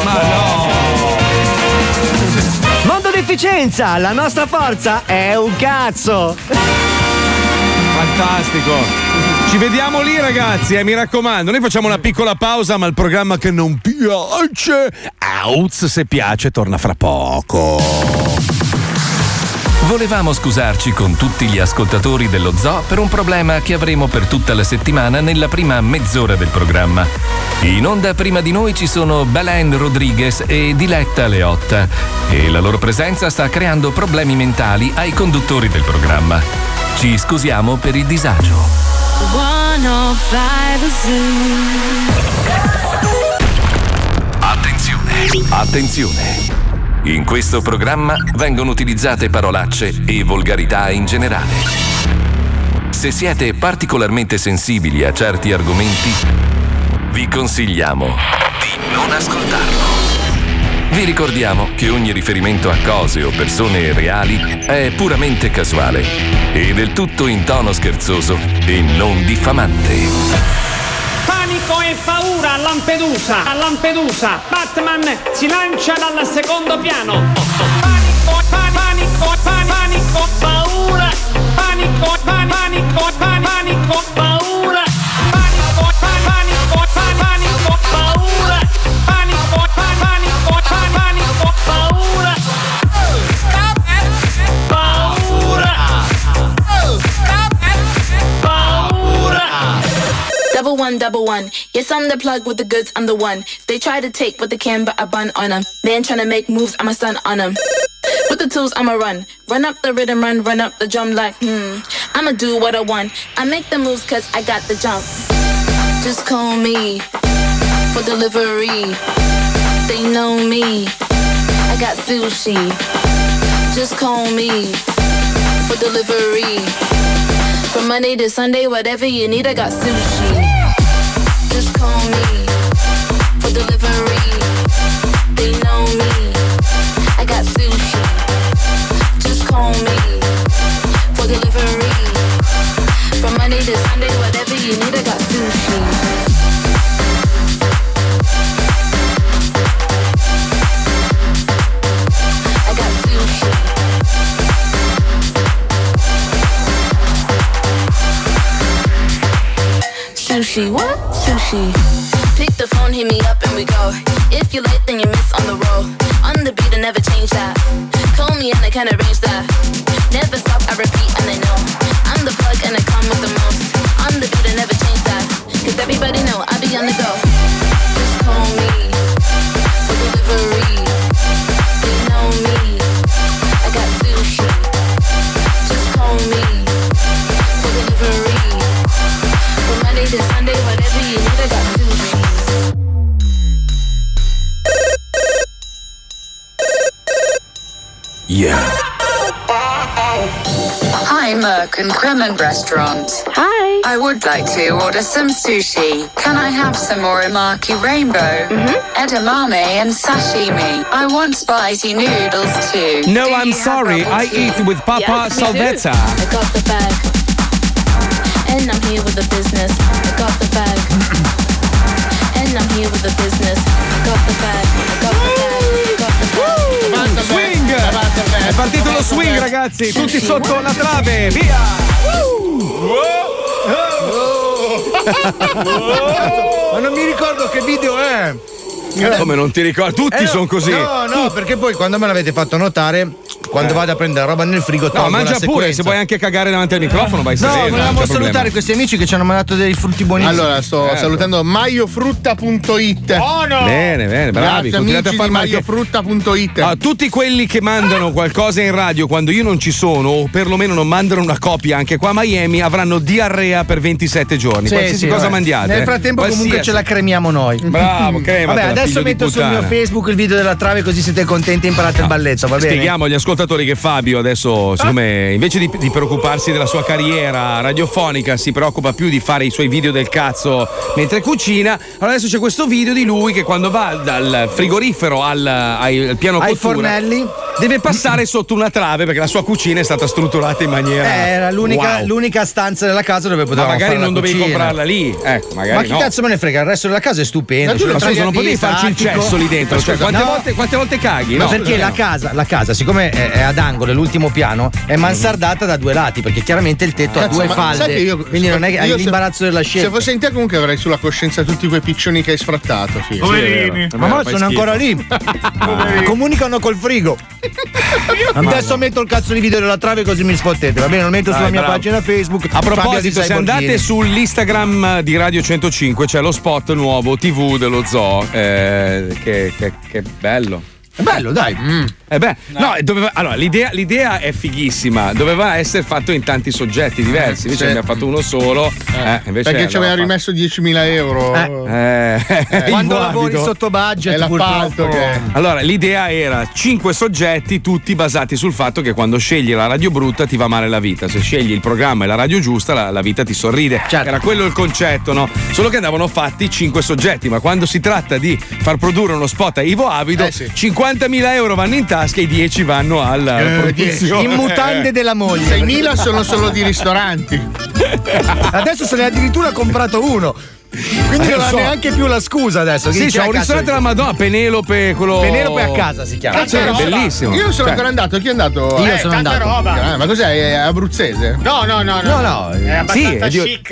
Mondo d'efficienza, la nostra forza è un cazzo. Fantastico. Ci vediamo lì, ragazzi, mi raccomando. Noi facciamo una piccola pausa, ma il programma che non piace, se piace, torna fra poco. Volevamo scusarci con tutti gli ascoltatori dello Zoo per un problema che avremo per tutta la settimana nella prima mezz'ora del programma. In onda prima di noi ci sono Belen Rodriguez e Diletta Leotta e la loro presenza sta creando problemi mentali ai conduttori del programma. Ci scusiamo per il disagio. 105 Attenzione! In questo programma vengono utilizzate parolacce e volgarità in generale. Se siete particolarmente sensibili a certi argomenti, vi consigliamo di non ascoltarlo. Vi ricordiamo che ogni riferimento a cose o persone reali è puramente casuale e del tutto in tono scherzoso e non diffamante. Panico e paura a Lampedusa. A Lampedusa, Batman si lancia dal secondo piano. Panico, panico, panico, paura. Panico, panico, panico, paura. Panico, panico, panico, paura. Panico, panico, panico, paura. Double one. Yes, I'm the plug with the goods, I'm the one. They try to take what they can, but I bun on them. They ain't tryna make moves, I'm a stun on them. With the tools, I'ma run. Run up the rhythm, run up the drum like, I'ma do what I want. I make the moves cause I got the jump. Just call me for delivery. They know me. I got sushi. Just call me for delivery. From Monday to Sunday, whatever you need, I got sushi. Just call me for delivery. They know me. I got sushi. Just call me for delivery. From Monday to Sunday, whatever you need, I got sushi. Sushi, what? Sushi. Pick the phone, hit me up and we go. If you late, then you miss on the roll. On the beat, I never change that. Call me and I can arrange that. Never stop, I repeat and I know. I'm the plug and I come with the most. On the beat, I never change that. Cause everybody know I be on the go. Just call me for delivery. They know me. I got sushi. Just call me for delivery. From Monday to Sunday, whatever you need, I got sushi. Via. Hi, Merck and Kremen Restaurant. Hi. I would like to order some sushi. Can I have some Orimaki Rainbow? Edamame and sashimi. I want spicy noodles too. No, I'm sorry. I eat with Papa Salvezza. I got the bag, and I'm here with the business. I got the bag, and I'm here with the business. I got the bag, I got the bag, I got the bag. Swing! È partito lo swing, ragazzi, tutti sotto la trave, via! Ma non mi ricordo che video è. Come non ti ricordi? Tutti sono così. No, perché poi quando me l'avete fatto notare, quando vado a prendere roba nel frigo, No, mangia pure, se vuoi anche cagare davanti al microfono, vai sereno. No, volevamo salutare questi amici che ci hanno mandato dei frutti buonissimi. Allora, sto salutando maiofrutta.it. Buono! Bene, bravi. Continuate a fare maiofrutta.it. Tutti quelli che mandano qualcosa in radio quando io non ci sono, o perlomeno non mandano una copia anche qua a Miami, avranno diarrea per 27 giorni. Qualsiasi cosa mandiate. Nel frattempo comunque ce la cremiamo noi. Bravo, crema. Vabbè, adesso metto sul mio Facebook il video della trave, così siete contenti e imparate il balletto, va bene? Spieghiamo agli ascoltatori che Fabio adesso, siccome invece di preoccuparsi della sua carriera radiofonica, si preoccupa più di fare i suoi video del cazzo mentre cucina. Allora adesso c'è questo video di lui che quando va dal frigorifero al piano ai cottura fornelli deve passare sotto una trave perché la sua cucina è stata strutturata in maniera era l'unica stanza della casa dove poteva fare. Ma magari non dovevi cucina. comprarla lì, ecco, magari ma chi no. cazzo me ne frega, il resto della casa è stupendo. Ma scusa, non potevi farci il cesso lì dentro, cioè quante volte caghi? Ma no? perché la casa, siccome è ad angolo, l'ultimo piano, è mansardata da due lati, perché chiaramente il tetto ha due falde. Quindi non è che hai l'imbarazzo della scelta. Se fossi in te comunque avrei sulla coscienza tutti quei piccioni che hai sfrattato. Poverini. Ma sono ancora lì. Comunicano col frigo. Adesso metto il cazzo di video della trave così mi sfottete, va bene? Lo metto sulla mia pagina Facebook. A proposito, se andate sull'Instagram di Radio 105 c'è lo spot nuovo TV dello zoo, che bello. È bello, dai. No, allora l'idea è fighissima. Doveva essere fatto in tanti soggetti diversi. Invece ne ha fatto uno solo. Invece perché ci aveva rimesso 10.000 euro. Quando lavori sotto budget è l'appalto che... Allora, l'idea era 5 soggetti, tutti basati sul fatto che quando scegli la radio brutta ti va male la vita. Se scegli il programma e la radio giusta, la vita ti sorride. Certo. Era quello il concetto, no? Solo che andavano fatti 5 soggetti, ma quando si tratta di far produrre uno spot a Ivo Avido, 50.000 euro vanno in tasca e 10 vanno alla produzione. In mutande della moglie. 6.000 sono solo di ristoranti. Adesso se ne ha addirittura comprato uno. Quindi non ha neanche più la scusa adesso. Sì, c'è un ristorante della Madonna, Penelope, quello. Penelope a casa si chiama. È bellissimo. Io non sono ancora andato, chi è andato? Io sono andato. Roba. Ma cos'è? È abruzzese? No. È abbastanza chic.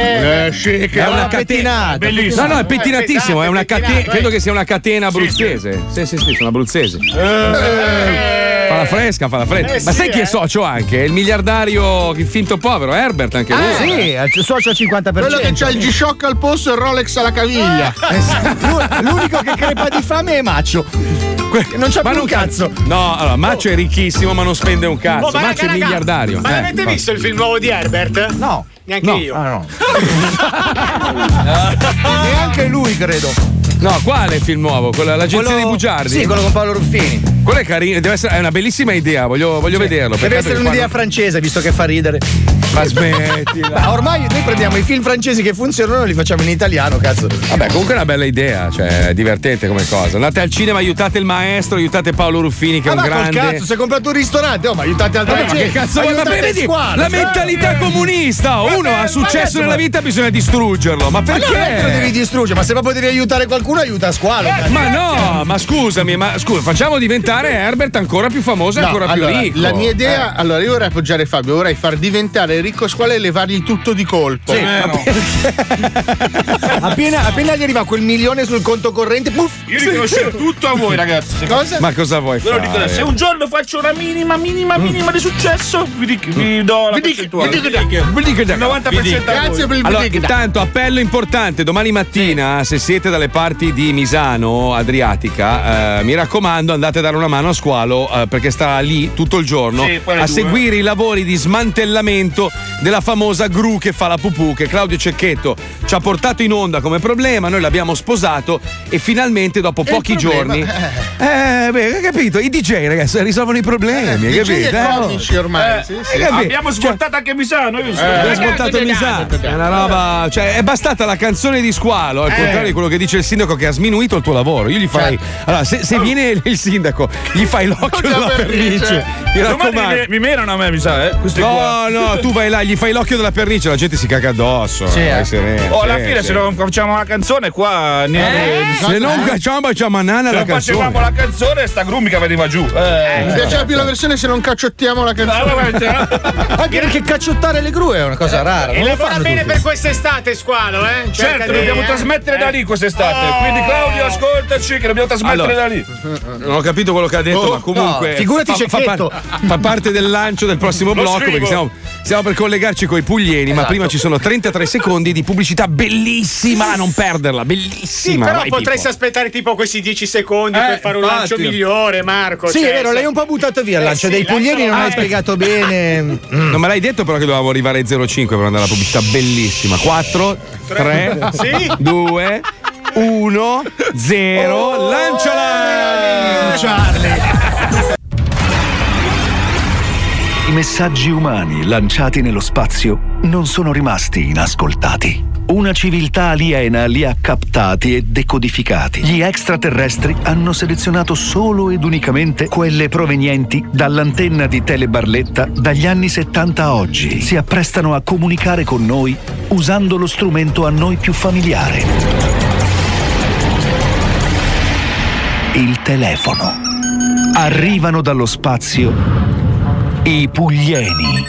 Chic. È una catena. Bellissimo. No, è pettinatissimo. È una catena. Credo che sia una catena abruzzese. Sì, sono abruzzesi. Fa la fresca. Ma sai chi è socio anche? Il miliardario, il finto povero, Herbert anche lui. Sì, è socio al 50%. Quello che c'ha il G-Shock al polso e il Rolex alla caviglia. L'unico che crepa di fame è Maccio. Non c'ha più un cazzo. No, allora Maccio è ricchissimo ma non spende un cazzo. Maccio è miliardario. Ma l'avete visto il film nuovo di Herbert? No. Neanche io. No. Neanche lui, credo. No, quale film nuovo? L'agenzia dei bugiardi? Sì, quello con Paolo Ruffini. Quello è carino, è una bellissima idea, voglio vederlo. Deve essere un'idea francese, visto che fa ridere. Ma smettila. Ormai noi prendiamo i film francesi che funzionano e li facciamo in italiano, cazzo. Vabbè, comunque è una bella idea, cioè è divertente come cosa. Andate al cinema, aiutate il maestro, aiutate Paolo Ruffini che è un grande. Ma cazzo, si è comprato un ristorante, ma aiutate altre gente. Ma che cazzo vuoi? Ma vedi, la mentalità comunista. Uno ha successo nella vita, bisogna distruggerlo. Ma perché? Ma non è che lo devi distruggere, ma se proprio devi aiutare qualcuno, aiuta a squalo. Ma no, ma scusami, facciamo diventare Herbert ancora più famoso e ancora più ricco. La mia idea, allora io vorrei appoggiare Fabio, vorrei far diventare ricco squalo e levargli tutto di colpo. Sì, appena gli arriva quel milione sul conto corrente, puff. Io riconoscerò tutto a voi, ragazzi. Cosa? Ma cosa vuoi Ve lo fare? dico, se un giorno faccio una minima di successo, vi do la percentuale. Il 90% a voi. Grazie per il Allora, intanto appello importante, domani mattina, se siete dalle parti parti di Misano Adriatica, mi raccomando, andate a dare una mano a Squalo perché starà lì tutto il giorno a seguire i lavori di smantellamento della famosa gru che fa la pupù, che Claudio Cecchetto ci ha portato in onda come problema. Noi l'abbiamo sposato e finalmente dopo pochi giorni hai capito? I DJ, ragazzi, risolvono i problemi, hai capito? Comici ormai. Sì. Abbiamo svoltato anche Misano. Abbiamo svoltato Misano. È una roba, cioè è bastata la canzone di Squalo, al contrario di quello che dice il sindaco che ha sminuito il tuo lavoro. Io gli farei. Allora, se viene il sindaco, gli fai l'occhio della pernice. Mi raccomando. Mi menano a me, mi sa, No, tu vai là, gli fai l'occhio della pernice, la gente si caga addosso. Vai sereno. Alla fine, se non facciamo la canzone, qua. Se non facciamo nana la canzone. Se non facevamo la canzone, sta grumica veniva giù. Mi piaceva più la versione se non cacciottiamo la canzone. Anche perché cacciottare le gru è una cosa rara. E lavora bene per quest'estate, Squalo, eh? Certo, dobbiamo trasmettere da lì quest'estate. Quindi, Claudio, ascoltaci, che dobbiamo trasmettere da lì. Non ho capito quello che ha detto, ma comunque. Figurati Cecchetto. Fa parte del lancio del prossimo blocco, perché stiamo per collegarci coi puglieni, ma prima ci sono 33 secondi di pubblicità bellissima, non perderla, bellissima. Sì, però potresti aspettare tipo questi 10 secondi per fare un lancio migliore, Marco. Sì, è vero, l'hai un po' buttato via il lancio dei puglieni, non hai spiegato bene. Non me l'hai detto però che dovevamo arrivare ai 0,5 per andare alla pubblicità bellissima. 4, 3, 2, 1, 0, lanciala! Charlie! I messaggi umani lanciati nello spazio non sono rimasti inascoltati. Una civiltà aliena li ha captati e decodificati. Gli extraterrestri hanno selezionato solo ed unicamente quelle provenienti dall'antenna di Tele Barletta dagli anni 70 a oggi. Si apprestano a comunicare con noi usando lo strumento a noi più familiare: il telefono. Arrivano dallo spazio i puglieni.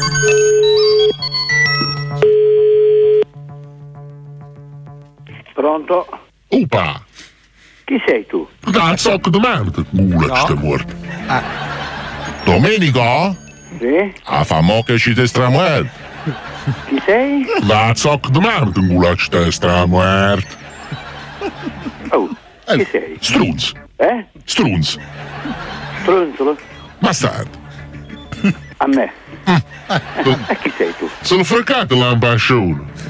Pronto? Upa! Chi sei tu? Da zoc de merda, gula che stai morto. Domenico? Sì? A famo che ci te stramuert. Chi sei? Da zoc de merda, gula che stai stramuert. Oh, chi sei? Strunz. Strunz. Stronzolo? Bastardo. A me? E chi sei tu? Sono freccate l'ambascione.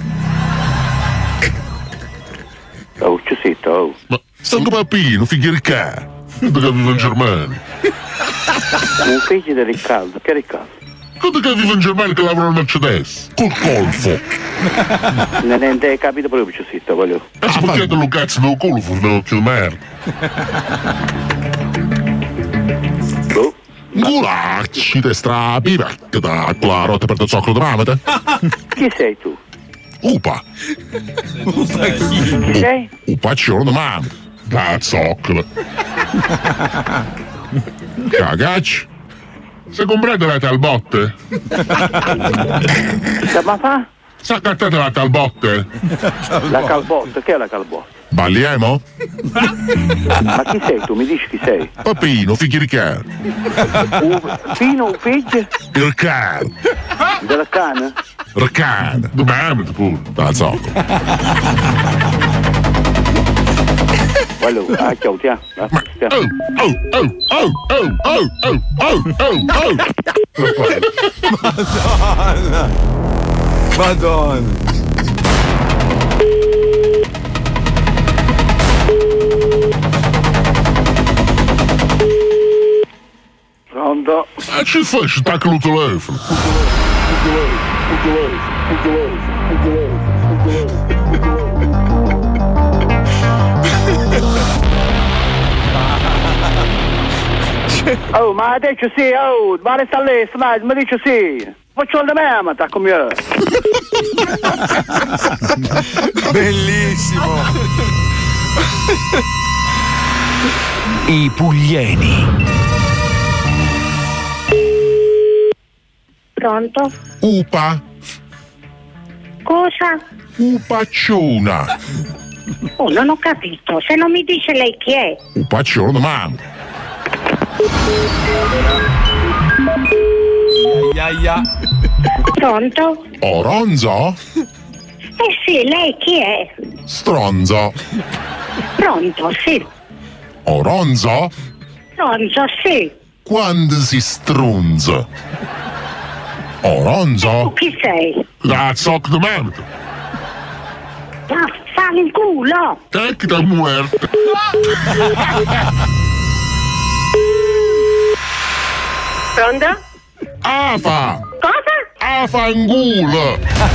Oh, Ciusito, oh. Ma sto come Pino, figlio di ca. Quando che vive in Germania. Un figlio di Riccardo, che Riccardo? Quando che vive in Germania che lavora al Mercedes? Col colfo. Non hai capito proprio, Ciusito, voglio. Adesso perché te lo cazzo del colfo, vecchio di merda. Oh. Gulacci te strapi, vecchio da quella rotta per te zoccolo di ramete. Chi sei tu? Upa. Chi sei? Upaccione di mamma. Da zoccolo. Cagacci. Se comprate la talbotte? Ma fa? Sa cartate la talbotte? La calbotte, che è la calbotte? Balliamo? Ma chi sei tu? Mi dici chi sei? Papino, figlio di cane. Pino, un figlio? Il cane. Della canna? Il cane. Domani pure. Da zoccolo. Voglio, ciao, ti ha. Madonna. Madonna. Pronto? Ci fai? Stacca il telefono. Oh, ma adesso sì, oh, ma resta lì, ma dice sì. Faccio il me, ma tacco mio. Bellissimo. I puglieni. Pronto? Upa. Cosa? Upacciona. Oh, non ho capito. Se non mi dice lei chi è? Upacciona di mamma. Pronto? Oronzo? Eh sì, lei chi è? Stronzo. Pronto, sì. Oronzo? Pronto, sì. Quando si strunza? Oronzo? Tu chi sei? La zoc de merda. Fammi il culo. Tecnica muerta. Pronto? Afa! Cosa? Afangulo!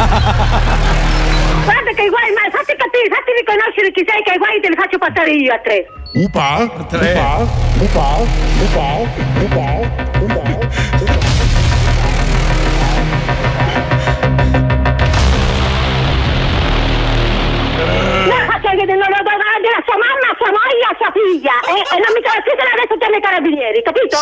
Guarda che guai, ma fatti capire, fatti riconoscere chi sei, che guai te li faccio passare io a 3. Upa? No, faccio che non lo do a sua mamma, a sua moglie, a sua figlia. E non mi te la scrivono adesso per i carabinieri, capito?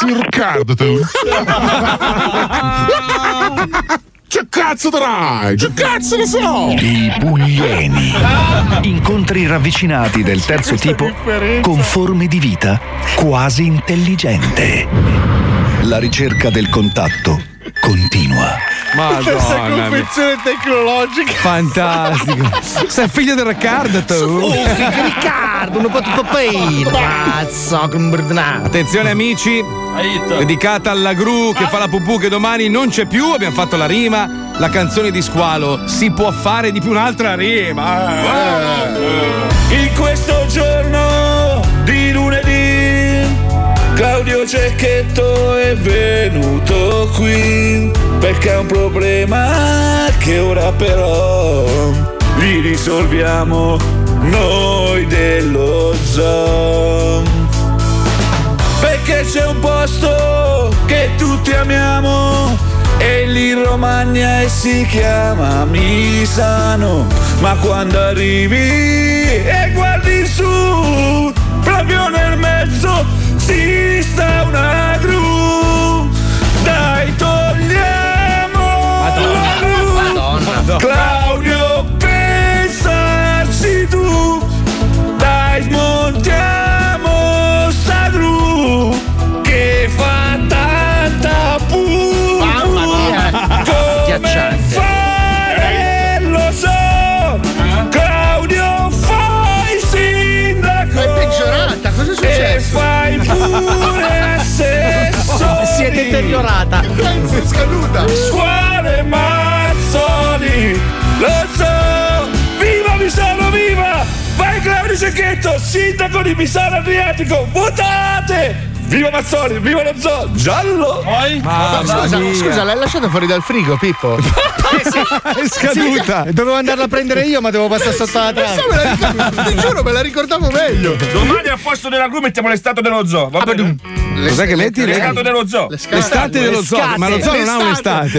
Sircardatelo! Che cazzo darai? Che cazzo ne so? I Puglieni. Incontri ravvicinati del terzo tipo con forme di vita quasi intelligente. La ricerca del contatto continua. Questa Madonna. confezione tecnologica. Fantastico. Sei figlio del Riccardo tu? Oh, figlio di Riccardo, un po' di papino. Cazzo, che merdato. Attenzione amici, dedicata alla gru che fa la pupù che domani non c'è più, abbiamo fatto la rima, la canzone di Squalo, si può fare di più un'altra rima. In questo giorno di lunedì Claudio Cecchetto è venuto qui perché ha un problema che ora però li risolviamo noi dello zoo. Perché c'è un posto che tutti amiamo e lì in Romagna e si chiama Misano. Ma quando arrivi e guardi su, proprio nel mezzo si sta una gru. Dai, togliamo la gru. Madonna. Claudio, pensarci tu. Dai, smontiamo sta gru che fa tanta puzza. Mamma mia. Come fare, lo so. Claudio, fai sindaco. Ma è peggiorata, cosa è successo? E fai pure assessore. Si è deteriorata. È scaduta. Squale Mazzoni, lo so. Viva Misano, viva! Vai Claudio Cecchetto, sindaco di Misano Adriatico, votate! Viva Mazzoni, viva lo zoo, giallo! Scusa, l'hai lasciata fuori dal frigo, Pippo? È scaduta. Dovevo andarla a prendere io, ma devo passare sotto la trama. Ti giuro, me la ricordavo meglio. Domani al posto della gru mettiamo l'estate dello zoo. Va bene? Cos'è che metti? L'estate dello zoo. L'estate dello zoo, ma lo zoo non ha un'estate.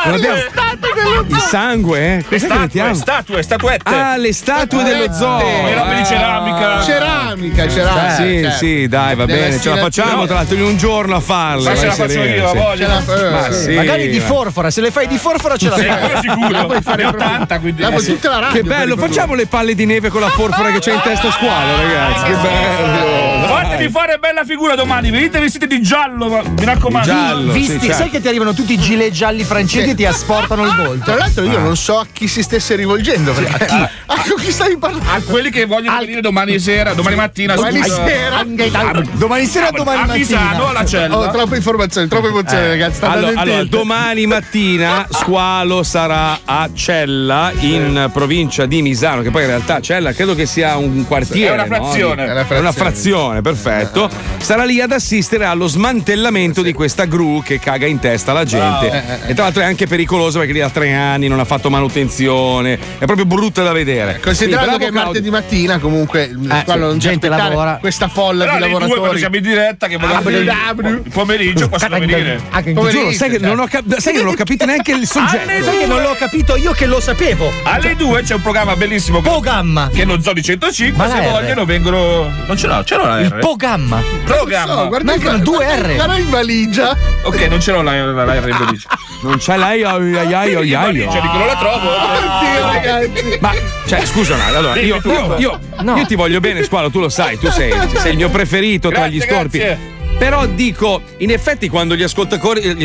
Il sangue? Cos'è che mettiamo? Statuette. Ah, le statue dello zoo. Le robe di ceramica. Ceramica. Sì, dai, va bene, ce la facciamo tra l'altro in un giorno a farle. Ma ce la faccio io, a voglia. Ma sì. Magari di forfora, se le fai di forfora ce la fai. Sicuro. Puoi fare 80, quindi. Tutta la radio. Che bello, facciamo le palle di neve con la forfora che c'è in testa a Squalo, ragazzi. Che bello. Fatevi fare bella figura domani, venite vestiti di giallo, mi raccomando. Giallo, Visti, sì, certo. sai che ti arrivano tutti i gilet gialli francesi e ti asportano il volto. Tra l'altro io non so a chi si stesse rivolgendo. A chi? Con chi stavi parlando? A quelli che vogliono venire domani sera, domani mattina. Domani scusa. sera. Domani sera o domani A mattina? Misano alla cella. Oh, troppe informazioni, troppe emozioni, ragazzi. Sta andando in Allora, tilt. domani mattina Squalo sarà a Cella in provincia di Misano, che poi in realtà Cella credo che sia un quartiere. È una frazione. No? È una frazione, perfetto. Sarà lì ad assistere allo smantellamento di questa gru che caga in testa alla gente. E tra l'altro è anche pericoloso perché lì da 3 anni non ha fatto manutenzione. È proprio brutta da vedere. Considerando Sì, che è bravo, martedì mattina, comunque, quello non gente c'è lavora. questa folla Però di alle 2 quando lavoratori. siamo in diretta che vogliono il pomeriggio possono venire. Ti giuro, sai che non ho capito neanche il soggetto. Sai che non l'ho capito io che lo sapevo. Alle 2 c'è un programma bellissimo Pogamma. che è lo Zoo di 105. Ma Se la R? vogliono vengono. Non ce l'ho la R. Il Pogamma. Programma. Mancano 2 R. Guarda in valigia. Ok, non ce l'ho la R in valigia. Non c'è lei, In valigia, dico, non la trovo. Oddio, ragazzi. Ma, cioè, scusa, allora, io ti voglio bene, Squalo, tu lo sai, tu sei il mio preferito tra gli storpi. Grazie. Però dico, in effetti quando gli ascoltatori Hai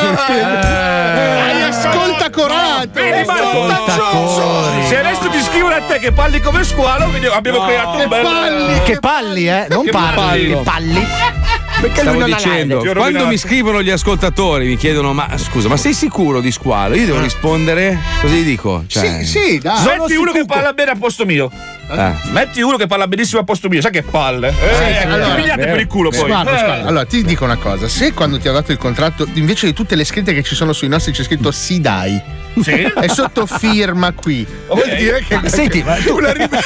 ascoltacorato. Se adesso ti scrivono a te che parli come squalo, quindi abbiamo creato un bel. Che palli, non Che parli. pallo. Palli. Perché lui stavo non ha dicendo, l'AIDE. quando mi scrivono gli ascoltatori mi chiedono ma scusa, ma sei sicuro di squalo? Io devo rispondere, così gli dico. Cioè, Sì, dai. Metti uno che parla bene a posto mio. Metti uno che parla benissimo a posto mio, sai che palle? Allora, pigliate per il culo poi. Guarda, allora ti dico una cosa: se quando ti ho dato il contratto, invece di tutte le scritte che ci sono sui nostri c'è scritto sì dai, è sotto firma qui, vuol dire che Senti, ma tu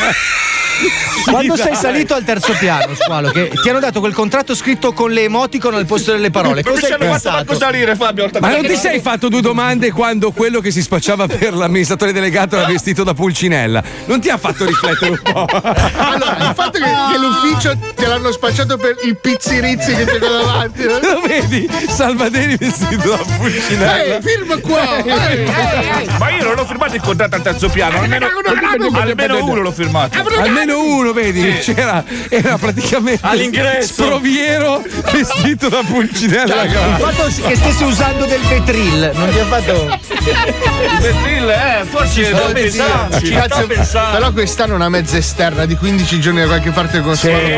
quando sei salito al terzo piano, Squalo, che ti hanno dato quel contratto scritto con le emoticon al posto delle parole, Come cosa ci hai hanno fatto pensato? manco salire, Fabio? Ma non ti sei fatto 2 domande quando quello che si spacciava per l'amministratore delegato era vestito da Pulcinella? Non ti ha fatto riflettere un po'? Allora, il fatto che l'ufficio te l'hanno spacciato per il pizzirizzi che c'è qua davanti, no? Lo vedi? Salvaderi vestito da Pulcinella. Firma qua! Ma io non ho firmato il contratto al terzo piano, almeno uno l'ho firmato. Almeno uno, vedi? Era praticamente all'ingresso Sproviero vestito da Pulcinella. Il fatto che stesse usando del Petril non ti ha fatto. Petril, forse devo pensarci. Cazzo, però quest'anno una mezza esterna di 15 giorni da qualche parte con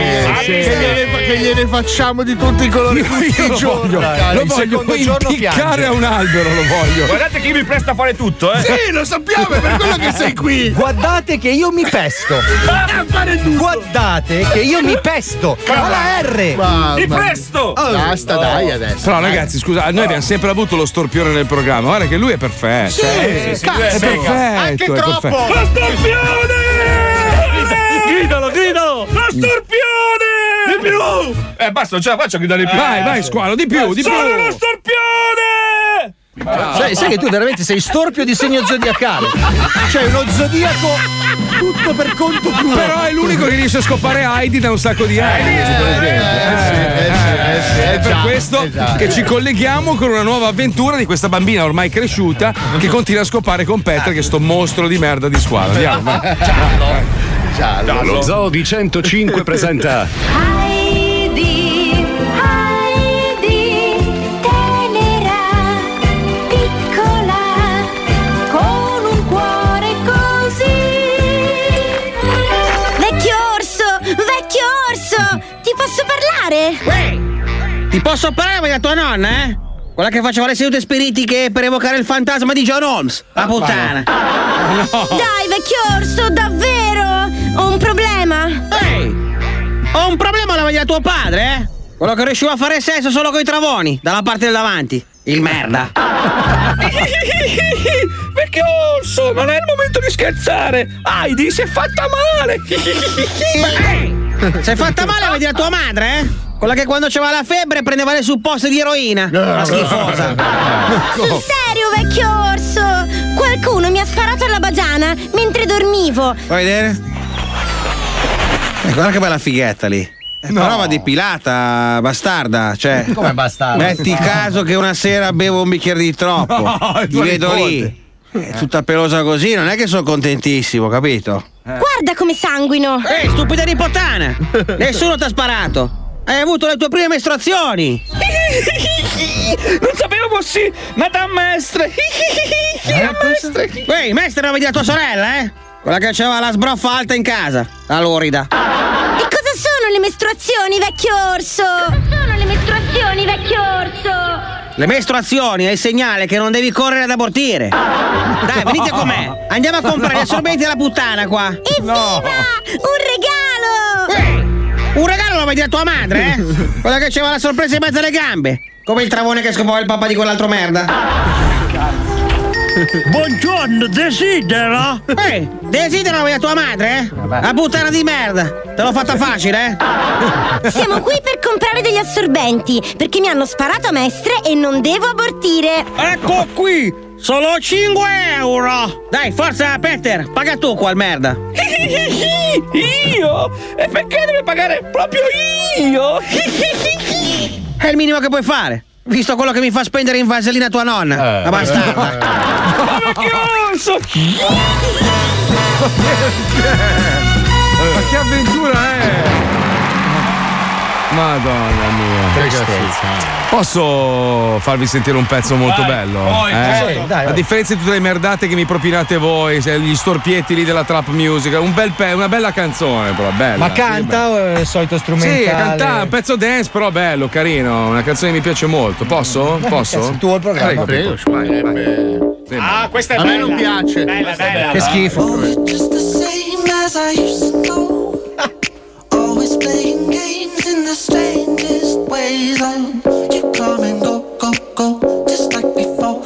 che gliene facciamo di tutti i colori tutti i giorni. Lo voglio impiccare a un albero, lo voglio. Guardate che io mi presto a fare tutto, Sì, lo sappiamo, è per quello che sei qui. Guardate che io mi pesto. Guardate che io mi pesto. Alla R. Mi presto! Basta, dai adesso. Però ragazzi, scusa, noi abbiamo sempre avuto lo storpione nel programma. Guarda che lui è perfetto. Sì, è perfetto. anche è troppo. perfetto. Lo storpione! Gridalo! Lo storpione! Di più! Basta, non ce la faccio a gridare di più. Vai, Squalo, di più. Sono lo storpione! Sai che tu veramente sei storpio di segno zodiacale. Cioè uno zodiaco tutto per conto tuo. Però è l'unico che riesce a scopare Heidi da un sacco di anni. È per questo che ci colleghiamo con una nuova avventura di questa bambina ormai cresciuta che continua a scopare con Petra, che è sto mostro di merda di Squalo. Andiamo, vai. Giallo. Lo Zoo di 105 presenta Heidi, tenera, piccola, con un cuore così. Vecchio orso, ti posso parlare? Ti posso parlare da tua nonna, Quella che faceva le sedute spiritiche per evocare il fantasma di John Holmes. La puttana. Dai, vecchio orso, davvero? Ho un problema. Ho un problema, la vedi da tuo padre, Quello che riusciva a fare sesso solo coi travoni, dalla parte del davanti. Il merda. Vecchio orso, non è il momento di scherzare. Heidi si è fatta male. Sei fatta male, la vedi da tua madre, Quella che quando c'aveva la febbre prendeva le supposte di eroina. Una schifosa. Sul serio, vecchio orso? Qualcuno mi ha sparato alla bagiana mentre dormivo. Vuoi vedere? Guarda che bella fighetta lì. Però va depilata, bastarda. Cioè, come bastarda? Metti caso che una sera bevo un bicchiere di troppo. Ti vedo lì. Tutta pelosa così, non è che sono contentissimo, capito? Guarda come sanguino. Stupida di puttana! Nessuno ti ha sparato. Hai avuto le tue prime mestruazioni. Non sapevo fossi Madame Mestre. Mestre, la vedi la tua sorella, Quella che aveva la sbroffa alta in casa, la lorida. E cosa sono le mestruazioni, vecchio orso? Le mestruazioni è il segnale che non devi correre ad abortire. Dai, venite con me. Andiamo a comprare gli assorbenti alla puttana qua. Evviva! Un regalo! Un regalo lo vedi a tua madre, Quella che c'aveva la sorpresa in mezzo alle gambe. Come il travone che scopava il papà di quell'altro merda. Buongiorno, desidera? Desidera lo vedi a tua madre, La puttana di merda. Te l'ho fatta facile, Siamo qui per comprare degli assorbenti, perché mi hanno sparato a Mestre e non devo abortire. Ecco qui! Solo 5 euro! Dai, forza, Peter! Paga tu qua, merda! Io? E perché deve pagare proprio io? È il minimo che puoi fare, visto quello che mi fa spendere in vasellina tua nonna, la bastarda! Ma che orso! Ma che avventura è? Madonna mia. Posso farvi sentire un pezzo molto bello? Sì, dai, A differenza di tutte le merdate che mi propinate voi, gli storpietti lì della trap music, una bella canzone, però bella. Ma canta o è il solito strumentale? Sì, canta un pezzo dance, però bello, carino. Una canzone che mi piace molto. Posso? Posso? Tu il programma. Prego, vai. Ah, questa è A bella. me non piace. Bella. Che schifo. Just the same as I used to know. Always playing games in the strangest ways. You come and go, just like before.